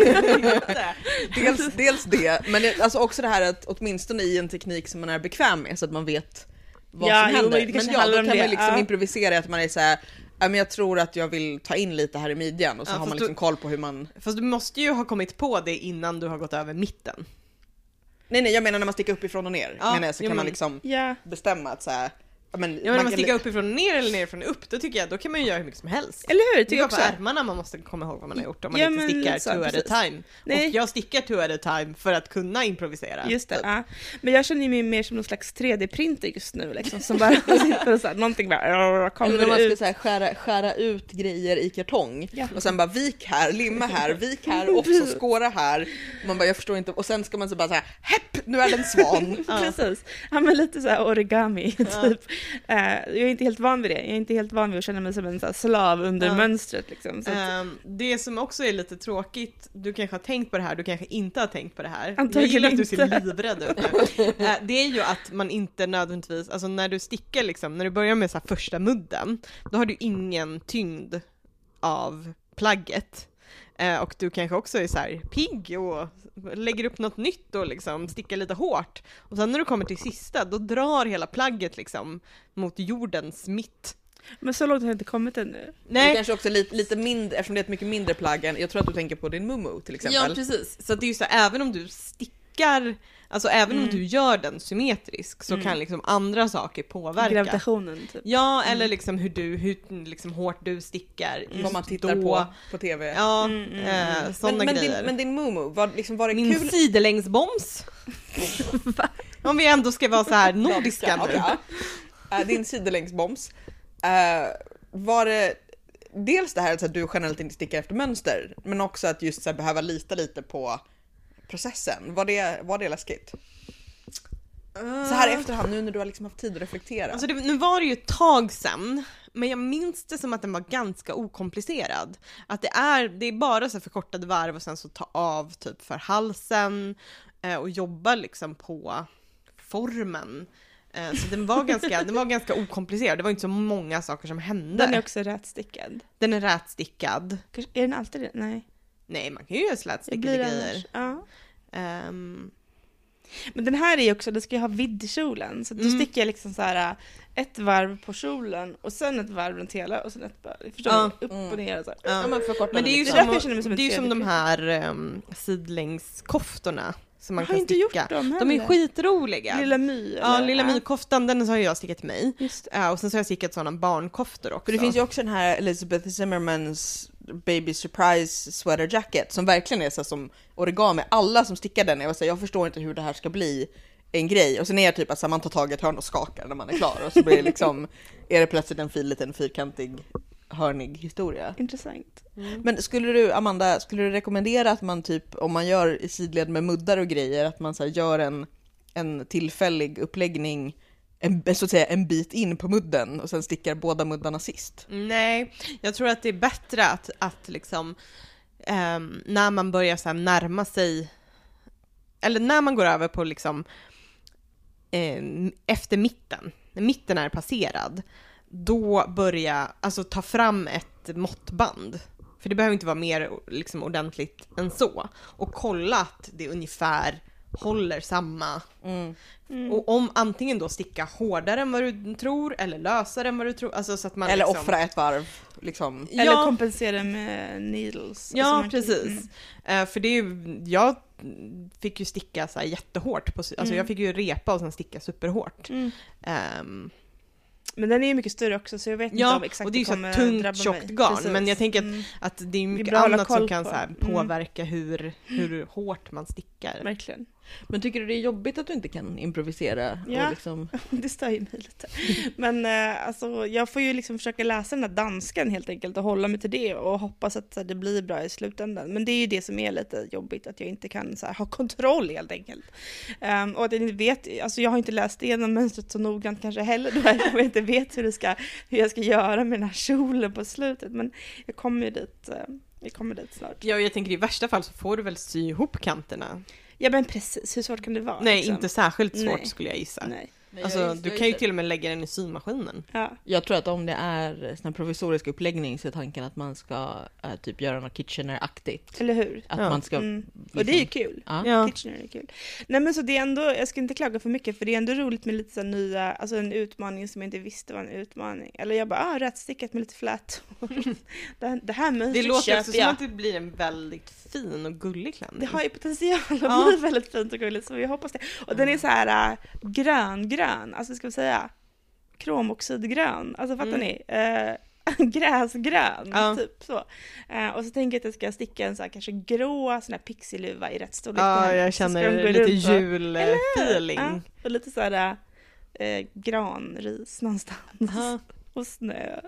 dels det, men alltså också det här att åtminstone i en teknik som man är bekväm med så att man vet vad som händer. Men då kan man liksom improvisera att man är så här, men jag tror att jag vill ta in lite här i midjan och så har man liksom koll på hur man... Fast du måste ju ha kommit på det innan du har gått över mitten. Nej, jag menar när man sticker uppifrån och ner. Så kan man liksom bestämma att så här... Men man sticker uppifrån och ner eller nerifrån och upp, då tycker jag då kan man ju göra hur mycket som helst. Eller hur? Det är bara på ärmarna man måste komma ihåg vad man har gjort om man inte stickar two at a time. Nej. Och jag stickar two at a time för att kunna improvisera. Just det, ja. Men jag känner mig mer som någon slags 3D-printer just nu liksom, som bara sitter och så här, någonting bara kommer eller när man ut. ska så här, skära ut grejer i kartong och sen bara vik här, limma här, vik här och så skåra här. Man bara, jag förstår inte. Och sen ska man så bara så här, hepp, nu är det en svan. Precis. Ja, men lite så här origami typ. Jag är inte helt van vid det. Jag är inte helt van vid att känna mig som en så här slav under mönstret. Liksom. Så att... det som också är lite tråkigt, du kanske har tänkt på det här, du kanske inte har tänkt på det här. Antagligen jag gillar att du inte. ser livrädd ut nu. Det är ju att man inte nödvändigtvis, alltså när du stickar liksom, när du börjar med så här första mudden, då har du ingen tyngd av plagget. Och du kanske också är så här pigg och lägger upp något nytt och liksom stickar lite hårt. Och sen när du kommer till sista, då drar hela plagget liksom mot jordens mitt. Men så långt har jag inte kommit ännu. Nej. Det kanske också lite mindre, eftersom det är ett mycket mindre plagg än, jag tror att du tänker på din mumu till exempel. Ja, precis. Så det är ju så här, även om du stickar, alltså även om du gör den symmetrisk så kan liksom andra saker påverka. Gravitationen typ. Ja, eller liksom hur liksom hårt du stickar. Vad man tittar på tv. Ja, sådana grejer. Men din mumu, var det min kul? sidelängsboms. Om vi ändå ska vara så här nordiska nu. Din sidelängsboms. Var det dels det här att du generellt inte stickar efter mönster, men också att just så här, behöva lita lite på processen. Var det läskigt? Så här i efterhand, nu när du har liksom haft tid att reflektera. Alltså nu var det ju ett tag sedan, men jag minns det som att den var ganska okomplicerad. Att det är bara så förkortade varv och sen så ta av typ för halsen och jobba liksom på formen. Så den var ganska okomplicerad. Det var inte så många saker som hände. Den är också rätstickad. Den är rätstickad. Är den alltid det? Nej, man kan ju göra slätstickade grejer. Ja. Men den här är ju också, det ska ju ha viddkjolen. Så då sticker jag liksom så här ett varv på kjolen och sen ett varv runt hela och sen ett varv upp och ner och så. Men det är ju som de här sidlängskoftorna som man kan sticka. Gjort dem är skitroliga. Lilla My. Ja, Lilla My-koftan, den har jag stickat till mig. Och sen så har jag stickat sådana barnkoftor också. För det finns ju också den här Elizabeth Zimmermans Baby Surprise Sweater Jacket som verkligen är så som origami. Alla som stickar den, jag förstår inte hur det här ska bli en grej. Och sen är det typ att man tar tag i ett hörn och skakar när man är klar. Och så blir det liksom, är det plötsligt en liten fyrkantig hörnig historia. Intressant. Men skulle du, Amanda, rekommendera att man typ, om man gör i sidled med muddar och grejer, att man så här gör en tillfällig uppläggning så att säga en bit in på mudden och sen stickar båda muddarna sist? Nej, jag tror att det är bättre att liksom när man börjar så här närma sig, eller när man går över på liksom efter mitten, när mitten är passerad, då börja ta fram ett måttband. För det behöver inte vara mer liksom ordentligt än så. Och kolla att det ungefär håller samma. Och om antingen då sticka hårdare än vad du tror eller lösare än vad du tror. Alltså så att man eller liksom offra ett varv. Liksom. Eller kompensera med needles. Ja, alltså precis. För det är ju, jag fick ju sticka så här jättehårt. Alltså jag fick ju repa och sen sticka superhårt. Men den är ju mycket större också, så jag vet inte om exakt och det är ju så kommer tungt, drabba tjockt mig. garn. Precis. Men jag tänker att det är mycket bra att hålla annat som koll kan på. så här påverka hur hårt man stickar. Verkligen. Men tycker du det är jobbigt att du inte kan improvisera? Ja. Och liksom... Det stör ju mig lite. Men alltså, jag får ju liksom försöka läsa den här danskan helt enkelt och hålla mig till det och hoppas att så här, det blir bra i slutändan. Men det är ju det som är lite jobbigt, att jag inte kan så här, ha kontroll helt enkelt. Och att jag inte vet, alltså jag har inte läst igenom mönstret så noggrant kanske heller då jag inte vet hur jag ska göra med den här kjolen på slutet. Men jag kommer ju dit. Vi kommer dit snart. Ja, jag tänker i värsta fall så får du väl sy ihop kanterna. Ja, men precis. Hur svårt kan det vara? Nej, liksom? inte särskilt svårt Nej. skulle jag gissa. Nej. Alltså, du kan ju till och med lägga den i symaskinen. Ja. Jag tror att om det är sån här provisorisk uppläggning så är tanken att man ska typ göra något Kitchener-aktigt. Eller hur? Att Ja. man ska... Och det är ju kul. Ja. Ja. Kitchener är kul. Nej, men så det är ändå, jag ska inte klaga för mycket, för det är ändå roligt med lite så här nya, alltså en utmaning som jag inte visste var en utmaning. Eller jag bara, rättstickat med lite flätor. det här mönstret Det låter också köper som jag. att det blir en väldigt fin och gullig klänning. Det har ju potential att Ja. bli väldigt fint och gulligt, så jag hoppas det. Och den är så här grön, alltså ska vi säga kromoxidgrön, alltså fattar ni? Gräsgrön, Ja. typ så. Och så tänker jag att jag ska sticka en så här kanske grå sån här pixieluva i rätt storlek. till Ja, henne. jag Så ska de känner gå lite runt och- julfeeling. Ja, och lite så här granris någonstans. Ja. Och snö.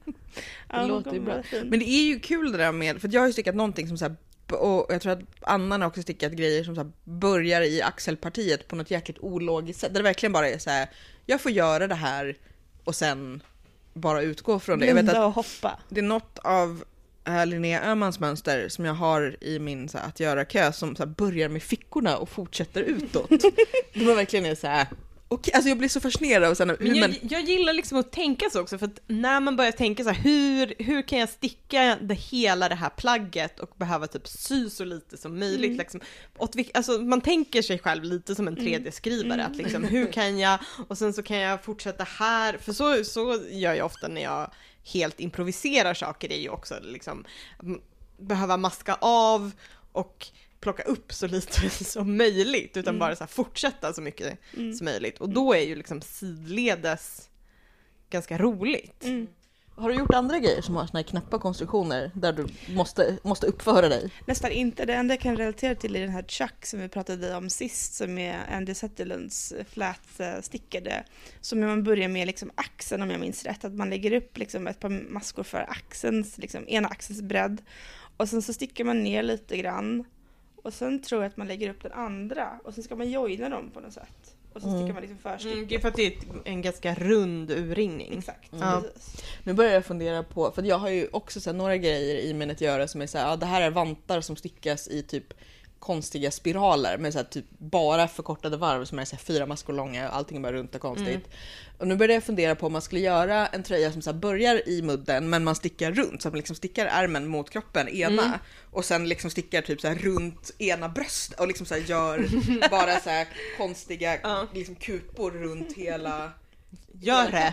Det låter ju bra. Men det är ju kul det där med, för jag har ju stickat någonting som så här, och jag tror att Anna har också stickat grejer som så här börjar i axelpartiet på något jäkligt ologiskt sätt. Där det verkligen bara är så här, jag får göra det här och sen bara utgå från det. Jag vet Blunda att och hoppa. det är något av Linnea Öhmans mönster som jag har i min så här, att göra-kö som så här, börjar med fickorna och fortsätter utåt. Det var verkligen så här. Okej, alltså jag blir så fascinerad av sådana, Men jag gillar liksom att tänka så också, för att när man börjar tänka så här, hur kan jag sticka hela det här plagget och behöva typ sy så lite som möjligt liksom. Alltså man tänker sig själv lite som en 3D-skrivare, att liksom, hur kan jag, och sen så kan jag fortsätta här, för så gör jag ofta när jag helt improviserar saker, är ju också liksom behöva maska av och plocka upp så lite som möjligt, utan bara så här fortsätta så mycket som möjligt. Och då är ju liksom sidledes ganska roligt. Har du gjort andra grejer som har såna här knäppa konstruktioner där du måste uppföra dig? Nästan inte. Det enda jag kan relatera till är den här Chuck som vi pratade om sist, som är Andy Zetterlunds flätstickade, som man börjar med liksom axeln, om jag minns rätt, att man lägger upp liksom ett par maskor för axelns, liksom, ena axelns bredd, och sen så stickar man ner lite grann, och sen tror jag att man lägger upp den andra, och sen ska man joina dem på något sätt. Och så stickar man liksom försticket. Det är för att det är en ganska rund urringning. Exakt. Ja. Precis. Nu börjar jag fundera på, för jag har ju också så här, några grejer i min att göra som är så här, ja, det här är vantar som stickas i typ konstiga spiraler med så här, typ bara förkortade varv som är så här 4 maskor långa och allting är bara runt och konstigt. Och nu börjar jag fundera på om man skulle göra en tröja som så här börjar i mudden men man stickar runt, så att man liksom stickar ärmen mot kroppen ena och sen liksom stickar typ så här runt ena bröst och liksom så här gör bara så här konstiga liksom kupor runt hela Gör det!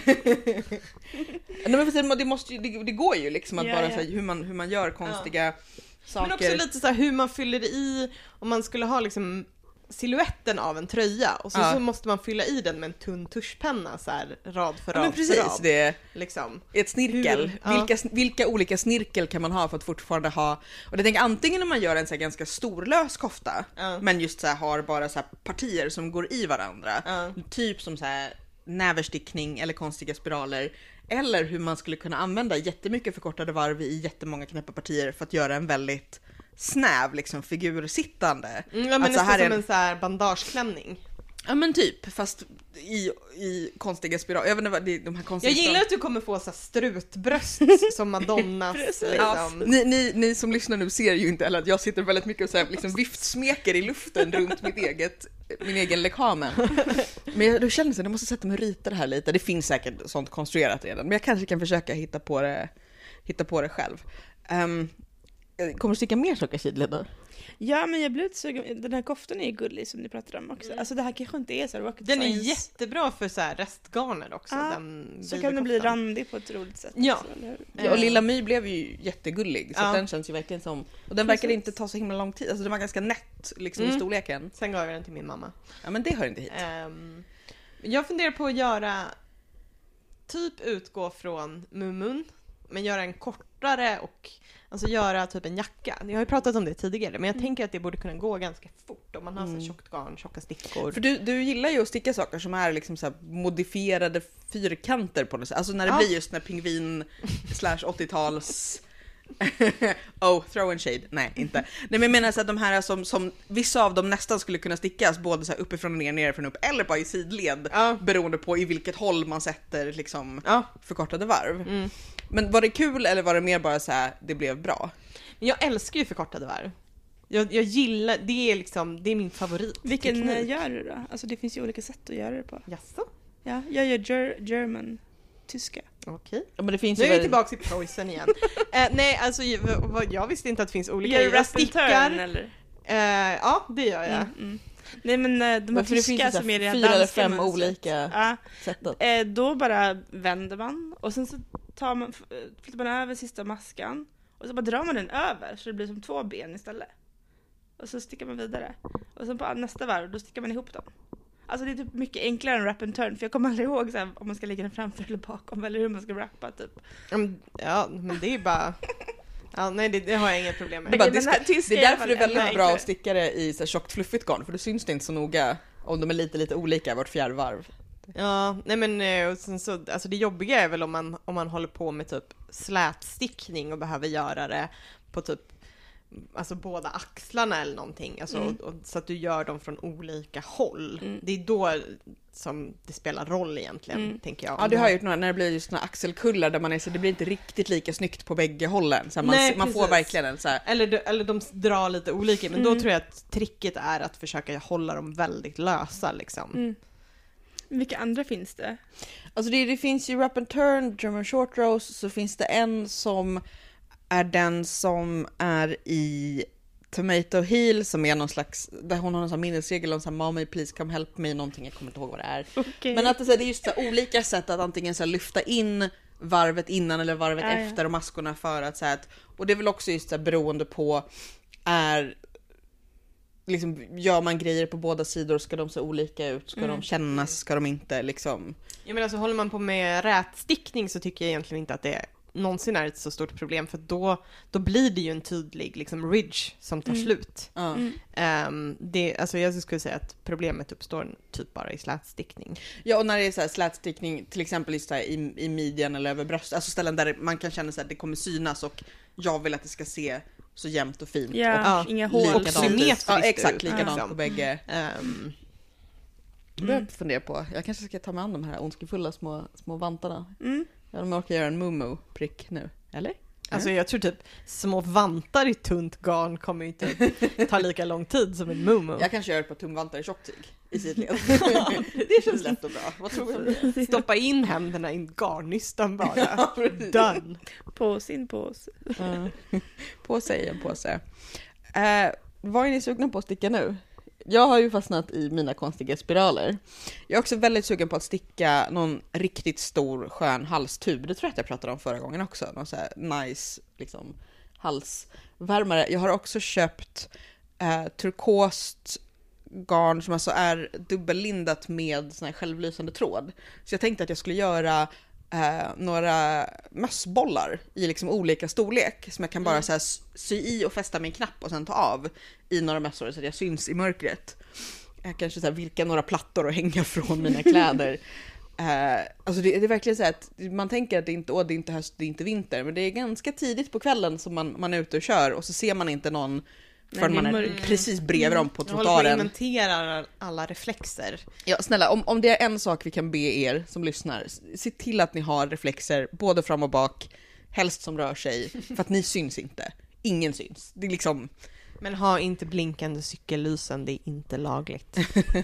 Nej, men det går ju liksom att Ja, bara ja. så här, hur man gör konstiga saker. Men också lite så här hur man fyller i, om man skulle ha liksom siluetten av en tröja och så måste man fylla i den med en tunn tuschpenna så här rad för Ja, men rad precis för rad. det. Liksom. Ett snirkel. Vilka olika snirkel kan man ha för att fortfarande ha, och det tänker antingen när man gör en så här ganska storlös kofta men just så här har bara så här partier som går i varandra. Typ som så här näverstickning eller konstiga spiraler, eller hur man skulle kunna använda jättemycket förkortade varv i jättemånga knäppa partier för att göra en väldigt snäv liksom figursittande. Ja, men Att så nästan här som är en så här bandageklänning. Ja men typ, fast i konstiga spiraler. Jag vet inte vad det är, de här konstiga Jag gillar att du kommer få så här strutbröst som Madonnas. Ja, Liksom. ni som lyssnar nu ser ju inte heller att jag sitter väldigt mycket och så här, liksom viftsmeker i luften runt min egen lekamen. Men då känner jag att jag måste sätta mig och rita det här lite. Det finns säkert sånt konstruerat redan, men jag kanske kan försöka hitta på det själv. Kommer du sticka mer saker, Kidleda? Ja, men jag blev lite sugen. Den här koftan är ju gullig som ni pratade om också. Alltså det här kanske inte är så rocket Den är science. jättebra för så här restgarner också. Så kan den bli randig på ett roligt sätt. Ja. Också, eller hur? Ja, och Lilla My blev ju jättegullig, så att den känns ju verkligen som, och den verkar inte ta så himla lång tid, alltså den var ganska nätt liksom i storleken. Sen gav jag den till min mamma. Ja men det hör inte hit. Jag funderar på att göra typ utgå från Mumun, men göra en kortare och Alltså göra typ en jacka. Jag har ju pratat om det tidigare, men jag tänker att det borde kunna gå ganska fort om man har så tjockt garn, tjocka stickor. För du gillar ju att sticka saker som är liksom så här modifierade fyrkanter på något sätt. Alltså när det blir just när pingvin /80-tals throw and shade. Nej, inte. Nej, men jag menar så att de här som vissa av dem nästan skulle kunna stickas både så här uppifrån och ner, nerifrån upp eller bara i sidled beroende på i vilket håll man sätter liksom förkortade varv. Men var det kul eller var det mer bara så här det blev bra? Jag älskar ju förkortade varv. Jag gillar, det är min favorit. Vilken gör du då? Alltså det finns ju olika sätt att göra det på. Jaså? Ja, jag gör German, tyska. Okej. Ja, men det finns nu ju är vi tillbaka till Preussen igen. Nej, alltså jag visste inte att det finns olika. Gör jag stickar eller? Ja, det gör jag. Nej, men de här tyska som är det 4 eller 5 olika sättet. Då bara vänder man och sen så flyttar man över sista maskan och så bara drar man den över så det blir som 2 ben istället. Och så stickar man vidare. Och sen på nästa varv då stickar man ihop dem. Alltså det är typ mycket enklare än wrap and turn för jag kommer aldrig ihåg så här, om man ska lägga den framför eller bakom eller hur man ska wrappa typ. Ja, men det är bara... Ja, nej, det har jag inga problem med. Det är därför det är väldigt bra att sticka det i så här tjockt fluffigt garn för då syns det inte så noga om de är lite olika vart fjärde varv. Ja, nej men och sen så, alltså det jobbiga är väl om man håller på med typ slätstickning och behöver göra det på typ alltså båda axlarna eller någonting, alltså, och så att du gör dem från olika håll. Det är då som det spelar roll egentligen, tänker jag. Ja, det har jag gjort när det blir just några axelkullar där man är så det blir inte riktigt lika snyggt på bägge hållen. Så man får verkligen en så här... Eller de drar lite olika, men då tror jag att tricket är att försöka hålla dem väldigt lösa liksom. Vilka andra finns det? Alltså det finns ju wrap and turn, German short rows, så finns det en som är den som är i Tomato Heel som är någon slags, där hon har någon sån minnesregel om så här, mommy please come help me, någonting, jag kommer inte ihåg vad det är. Okay. Men att det är just så här, olika sätt att antingen så här, lyfta in varvet innan eller varvet efter och maskorna för att så här, och det är väl också just så här, beroende på är liksom, gör man grejer på båda sidor, ska de se olika ut, ska de kännas, ska de inte liksom. Jag menar, så håller man på med rätstickning så tycker jag egentligen inte att det någonsin är ett så stort problem, för då blir det ju en tydlig liksom ridge som tar slut. Alltså jag skulle säga att problemet uppstår typ bara i slätstickning. Ja, och när det är så här slätstickning till exempel just så här, i midjan eller över bröst, alltså ställen där man kan känna så att det kommer synas och jag vill att det ska se så jämnt och fint och inga hål och symmetriskt. Ja, exakt, ut, likadant liksom. på bägge. Jag börjar fundera på, jag kanske ska ta med an de här ondskefulla små vantarna. Ja, de orkar göra en mumu-prick nu, eller? Alltså jag tror typ små vantar i tunt garn kommer inte ta lika lång tid som en mumu. Jag kanske gör det på tumvantar i tjocktyg i sidled. Det känns lätt och bra. Vad tror du om det? Stoppa in händerna i garnnystan bara. Done. På sin påse. Påse i en påse. Vad är ni sugna på att sticka nu? Jag har ju fastnat i mina konstiga spiraler. Jag är också väldigt sugen på att sticka någon riktigt stor skön halstub. Det tror jag att jag pratade om förra gången också. Någon så här nice liksom, halsvärmare. Jag har också köpt turkost garn som alltså är dubbellindat med sån här självlysande tråd. Så jag tänkte att jag skulle göra några mössbollar i liksom olika storlek som jag kan bara så här sy i och fästa med en knapp och sen ta av i några mössor så att jag syns i mörkret. Jag kanske så här virka några plattor och hänga från mina kläder. Alltså det är verkligen så här att man tänker att det är inte höst, det är inte vinter, men det är ganska tidigt på kvällen som man är ute och kör och så ser man inte någon förrän man är precis bredvid dem på trottoaren. Jag håller på att inventera alla reflexer. Ja, snälla, om det är en sak vi kan be er som lyssnar, se till att ni har reflexer både fram och bak, helst som rör sig, för att ni syns inte. Ingen syns. Det är liksom... Men ha inte blinkande cykellysen, det är inte lagligt.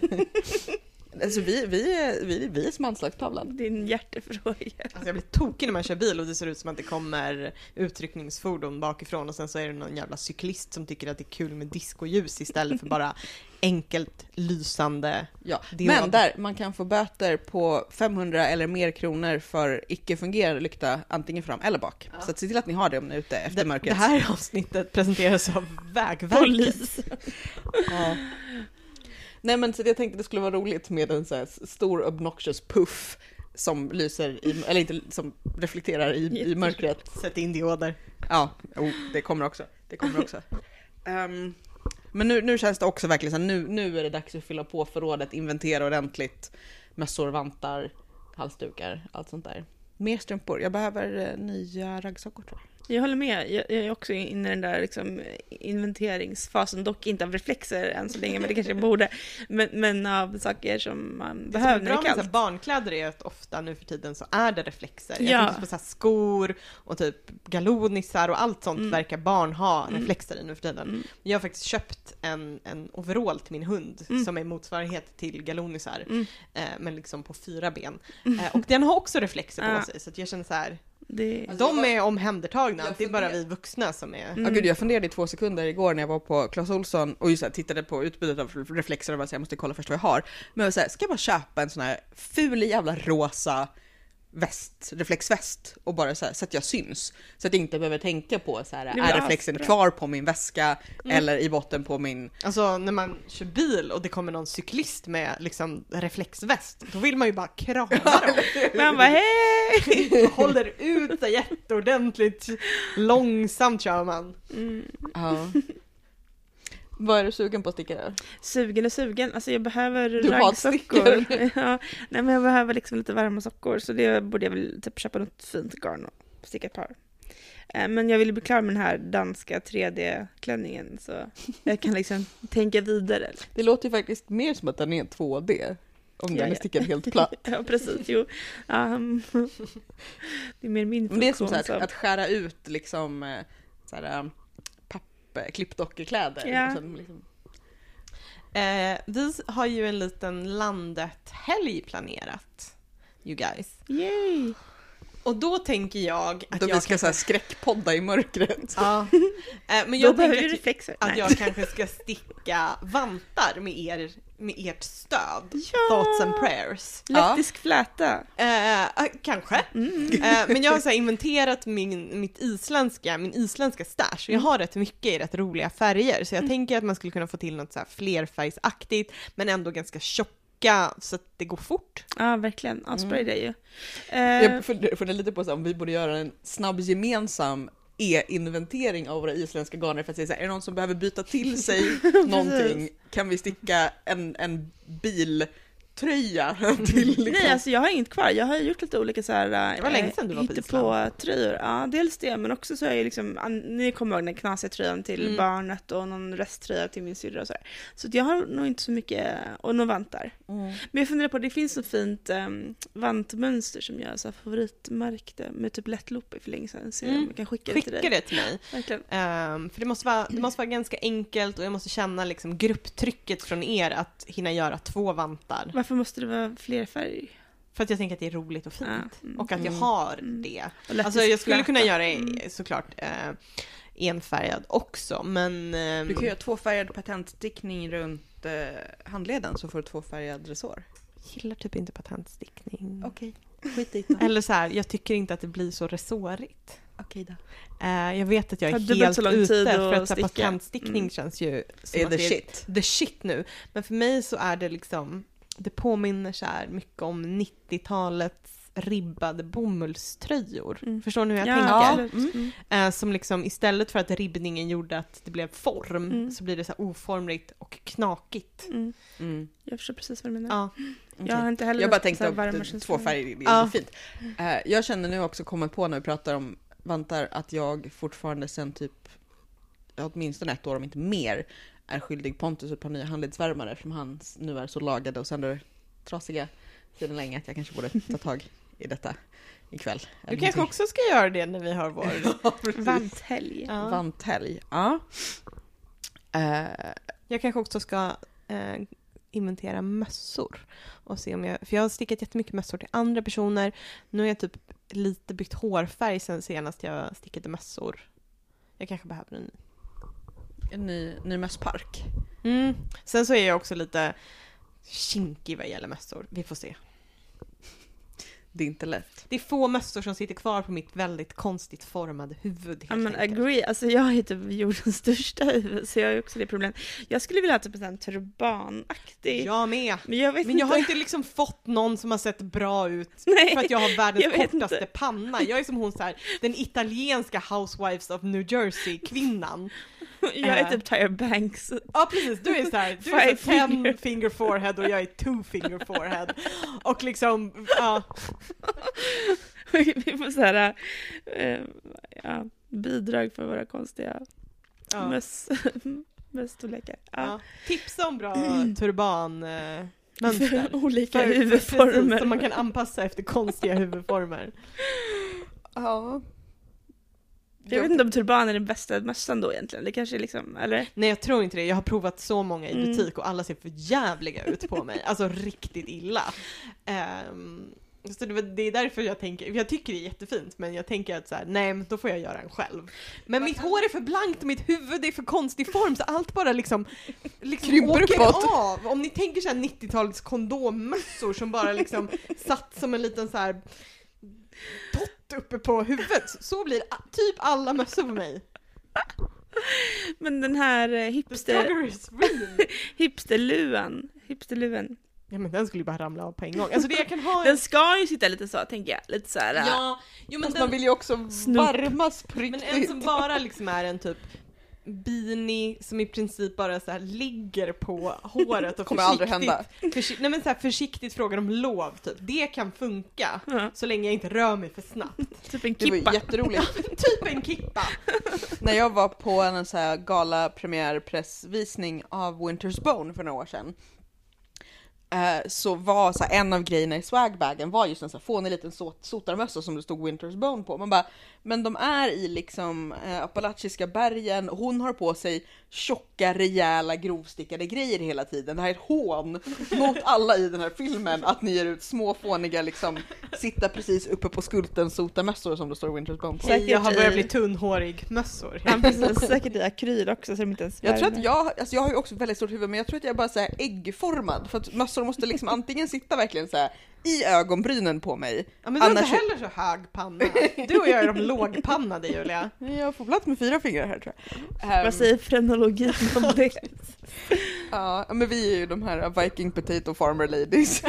Alltså vi är som anslagstavlan. Det är en hjärtefråga. Alltså jag blir tokig när man kör bil och det ser ut som att det kommer utryckningsfordon bakifrån och sen så är det någon jävla cyklist som tycker att det är kul med discoljus istället för bara enkelt lysande. Ja, men där man kan få böter på 500 eller mer kronor för icke-fungerande lykta antingen fram eller bak. Ja. Så att se till att ni har det om ni är ute efter mörkret. Det här avsnittet presenteras av Vägverket. Polis. Ja. Nej, men så jag tänkte det skulle vara roligt med en så här stor obnoxious puff som lyser, eller inte, som reflekterar i mörkret. Sätt in dioder. Ja, det kommer också. Men nu känns det också verkligen så här, nu är det dags att fylla på förrådet, inventera ordentligt, mössor, vantar, halsdukar, allt sånt där. Mer strumpor, jag behöver nya raggsockor tror jag. Jag håller med, jag är också inne i den där liksom inventeringsfasen, dock inte av reflexer än så länge, men det kanske jag borde, men av saker som man behöver när det är kallt. Med barnkläder är att ofta nu för tiden så är det reflexer. Ja. Jag tänker på så här skor och typ galonisar och allt sånt verkar barn ha reflexer i nu för tiden. Jag har faktiskt köpt en overall till min hund som är motsvarighet till galonisar, men liksom på 4 ben. Och den har också reflexer på sig, så att jag känner så här. De är omhändertagna, det är bara vi vuxna som är... Ja, gud, jag funderade i 2 sekunder igår när jag var på Clas Ohlson och just så här, tittade på utbudet av reflexer och var så här, jag måste kolla först vad jag har. Men jag var så här, ska jag bara köpa en sån här ful jävla rosa reflexväst och bara så här, så att jag syns, så att jag inte behöver tänka på så här, är reflexen kvar på min väska eller i botten på min... Alltså när man kör bil och det kommer någon cyklist med liksom reflexväst, då vill man ju bara krama dem. Man bara hej! Och håller ut det jätteordentligt, långsamt kör man. Ja. Vad är du sugen på att sticka där? Sugen. Alltså jag behöver Du raggsockor. Ja, nej, men jag behöver liksom lite varma sockor. Så det borde jag väl typ köpa något fint garn och sticka ett par. Men jag vill bli klar med den här danska 3D-klänningen. Så jag kan liksom tänka vidare. Det låter ju faktiskt mer som att den är 2D. Om den är stickad helt platt. Ja, precis. Jo. Det är mer min funktion. Men det är som så här, att skära ut liksom så här, klippdockekläder. Ja. Liksom. Vi har ju en liten landet-helg planerat, you guys. Yay! Och då tänker jag att då vi ska så här skräckpodda i mörkret. Ja. Men Då jag behöver tänker du reflexer. att jag kanske ska sticka vantar med ert stöd. Thoughts and prayers. Lettisk fläta. Kanske. Men jag har så här inventerat min isländska stash. Jag har rätt mycket i rätt roliga färger. Så jag tänker att man skulle kunna få till något så här flerfärgsaktigt, men ändå ganska tjocka så att det går fort. Ja, verkligen. Asbra idé ju. Jag funderar lite på så om vi borde göra en snabb gemensam inventering av våra isländska garner för att säga så här, är det någon som behöver byta till sig någonting? Kan vi sticka en biltröja till liksom? Nej, alltså jag har inget kvar. Jag har gjort lite olika så här det var länge sedan du var på Island. tröjor. Ja, dels det, men också så är jag liksom, ni kommer ihåg den knasiga tröjan till barnet och någon resttröja till min syrra och så här. Så jag har nog inte så mycket, och några vantar. Men jag funderar på, det finns så fint vantmönster som jag så favoritmärkte med typ lättlopp i för länge sedan. Så jag kan skicka det till dig. Skicka det till mig. Verkligen. För det måste vara ganska enkelt och jag måste känna liksom grupptrycket från er att hinna göra 2 vantar. Varför måste det vara fler färger? För att jag tänker att det är roligt och fint. Och att jag har det. Och Alltså jag skulle kunna göra såklart enfärgad också, men... Du kan göra 2-färgad patentstickning runt handleden så får du 2-färgad resår. Jag gillar typ inte patentstickning. Okej, skit dit då. Eller så här, jag tycker inte att det blir så resårigt. Okej då. Jag vet att jag är dubbelt helt så lång ute tid för att att så här, sticka. patentstickning känns ju som att The det är shit. the shit nu. Men för mig så är det liksom, det påminner så här mycket om 90-talets ribbade bomullströjor. Förstår ni hur jag tänker? Som liksom istället för att ribbningen gjorde att det blev form så blir det så här oformligt och knakigt. Jag förstår precis vad du menar. Ja. Jag har inte heller Jag bara tänkte varma att känslor. 2 färger är fint. Jag känner nu också kommit på när vi pratar om vantar att jag fortfarande sen typ åtminstone 1 år om inte mer är skyldig Pontus ett par nya handledsvärmare som hans nu är så lagade och söndertrasiga sedan länge att jag kanske borde ta tag i detta ikväll. Du kanske också ska göra det när vi har vår Vanthelg. Vanthelg. Ja. Jag kanske också ska inventera mössor och se om för jag har stickat jättemycket mössor till andra personer. Nu har jag typ lite bytt hårfärg sen senast jag stickade mössor. Jag kanske behöver En ny mösspark. Sen så är jag också lite kinkig vad gäller mössor. Vi får se. det är inte lätt. Det är få mössor som sitter kvar på mitt väldigt konstigt formade huvud. Ja, men agree. Alltså jag har ju typ jordens största huvud, så jag har ju också det problemet. Jag skulle vilja ha typ en turbanaktig. Jag med. Men jag vet Men jag har inte liksom fått någon som har sett bra ut. Nej, för att jag har världens jag vet kortaste inte. panna. Jag är som hon så här, den italienska Housewives of New Jersey-kvinnan. Jag är typ Tyra Banks. Ja precis, du är så här, du är så Five 10 finger forehead och jag är 2 finger forehead. Och liksom, ja. Vi får så här, bidrag för våra konstiga Ja. mösstorlekar. Ja. Tipsa om bra turban mönster. Olika Precis, huvudformer. som man kan anpassa efter konstiga huvudformer. Ja. Jag vet inte om turban är den bästa mössan då egentligen. Det kanske är liksom, eller? Nej, jag tror inte det. Jag har provat så många i butik och alla ser för jävliga ut på mig. Alltså riktigt illa. Så det är därför jag tycker det är jättefint, men jag tänker att så här, nej, men då får jag göra en själv. Men mitt hår är för blankt och mitt huvud är för konstig form, så allt bara liksom krymper åker uppåt. av. Om ni tänker så här 90-talets kondommössor som bara liksom satt som en liten så här tott uppe på huvudet, så blir typ alla mössor på mig. Men den här The struggle is real. hipsterluvan. Ja, men den skulle ju bara ramla av på en gång. Alltså det jag kan ha... Den ska ju sitta lite så, tänker jag. Lite så här. Ja, jo, men Fast den... man vill ju också varmas på Men riktigt. en som bara liksom är en typ beanie som i princip bara så här ligger på håret och Kommer aldrig hända. Nej, men så här försiktigt frågar om lov typ. Det kan funka så länge jag inte rör mig för snabbt. Typ en Det var kippa. jätteroligt. Typ en kippa. När jag var på en så här gala premiärpressvisning av Winter's Bone för några år sedan, så var så här, en av grejerna i swagbagen var just en så här fånig liten sotarmössa som det stod Winter's Bone på. Man bara, men de är i liksom Appalachiska bergen, hon har på sig tjocka, rejäla, grovstickade grejer hela tiden. Det här är ett hån mot alla i den här filmen, att ni ger ut små fåniga liksom, sitta precis uppe på skulten sotarmössor som det står Winter's Bone på. Säkert Jag har börjat i- bli tunnhårig mössor. Ja, precis, säkert i akryl också så de inte ens Jag tror värmer. att jag har ju också väldigt stort huvud, men jag tror att jag är bara så här äggformad, för att mössor måste liksom antingen sitta verkligen så här i ögonbrynen på mig. Ja, men du har inte Annars- heller så hög panna. Du och jag är de lågpannade, Julia. Jag får plats med 4 fingrar här tror jag. Vad säger frenologin om det? Ja, men vi är ju de här Viking Potato Farmer Ladies.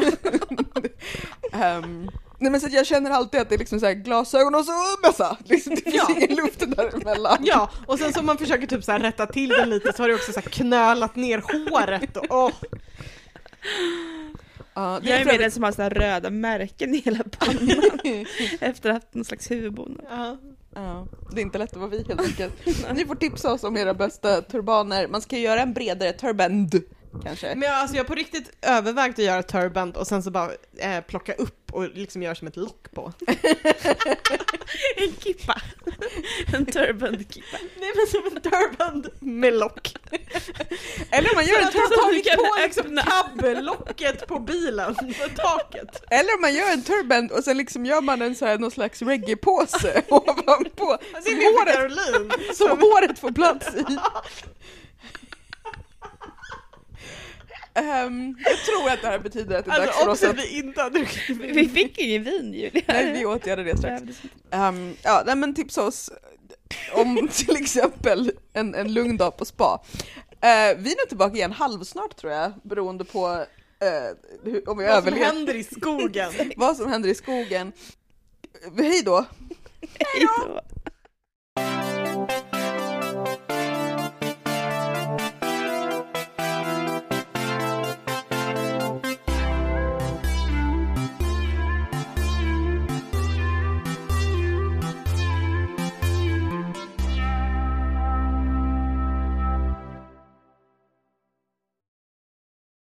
Nej, men så att jag känner alltid att det är liksom så här glasögon och så mössa. Liksom, det finns Ja. ingen luft däremellan. Ja, och sen så man försöker typ så här rätta till den lite, så har du också så här knölat ner håret och Ja, det Jag är för med övrigt- den som har så här röda märken i hela pannan efter att ha haft någon slags huvudbonad. Ja, det är inte lätt att vara vi helt enkelt. Ni får tipsa oss om era bästa turbaner. Man ska ju göra en bredare turband kanske. Men jag har på riktigt övervägt att göra turband och sen så bara plocka upp och liksom göra som ett lock på. En kippa. En turban-kippa. Nej, men som en turband med lock. Eller om man gör en Jag har turban, tagit kan på liksom öppna. kabellocket på bilen, på taket. eller om man gör en turband och sen liksom gör man en så här någon slags reggae-påse ovanpå. Det är min för Caroline. Som håret får plats i. Jag tror att det här betyder att det är dags för oss Alltså att... också att vi inte har druckit vin. Vi fick ingen vin, Julia. Nej, vi åtgärdar det strax. Krävdes inte. Ja, nej, men tipsa oss om till exempel en lugn dag på spa. Vi är nog tillbaka igen halvsnart tror jag, beroende på om vi Vad som överlever. händer i skogen. Vad som händer i skogen. Hej då! Hej då.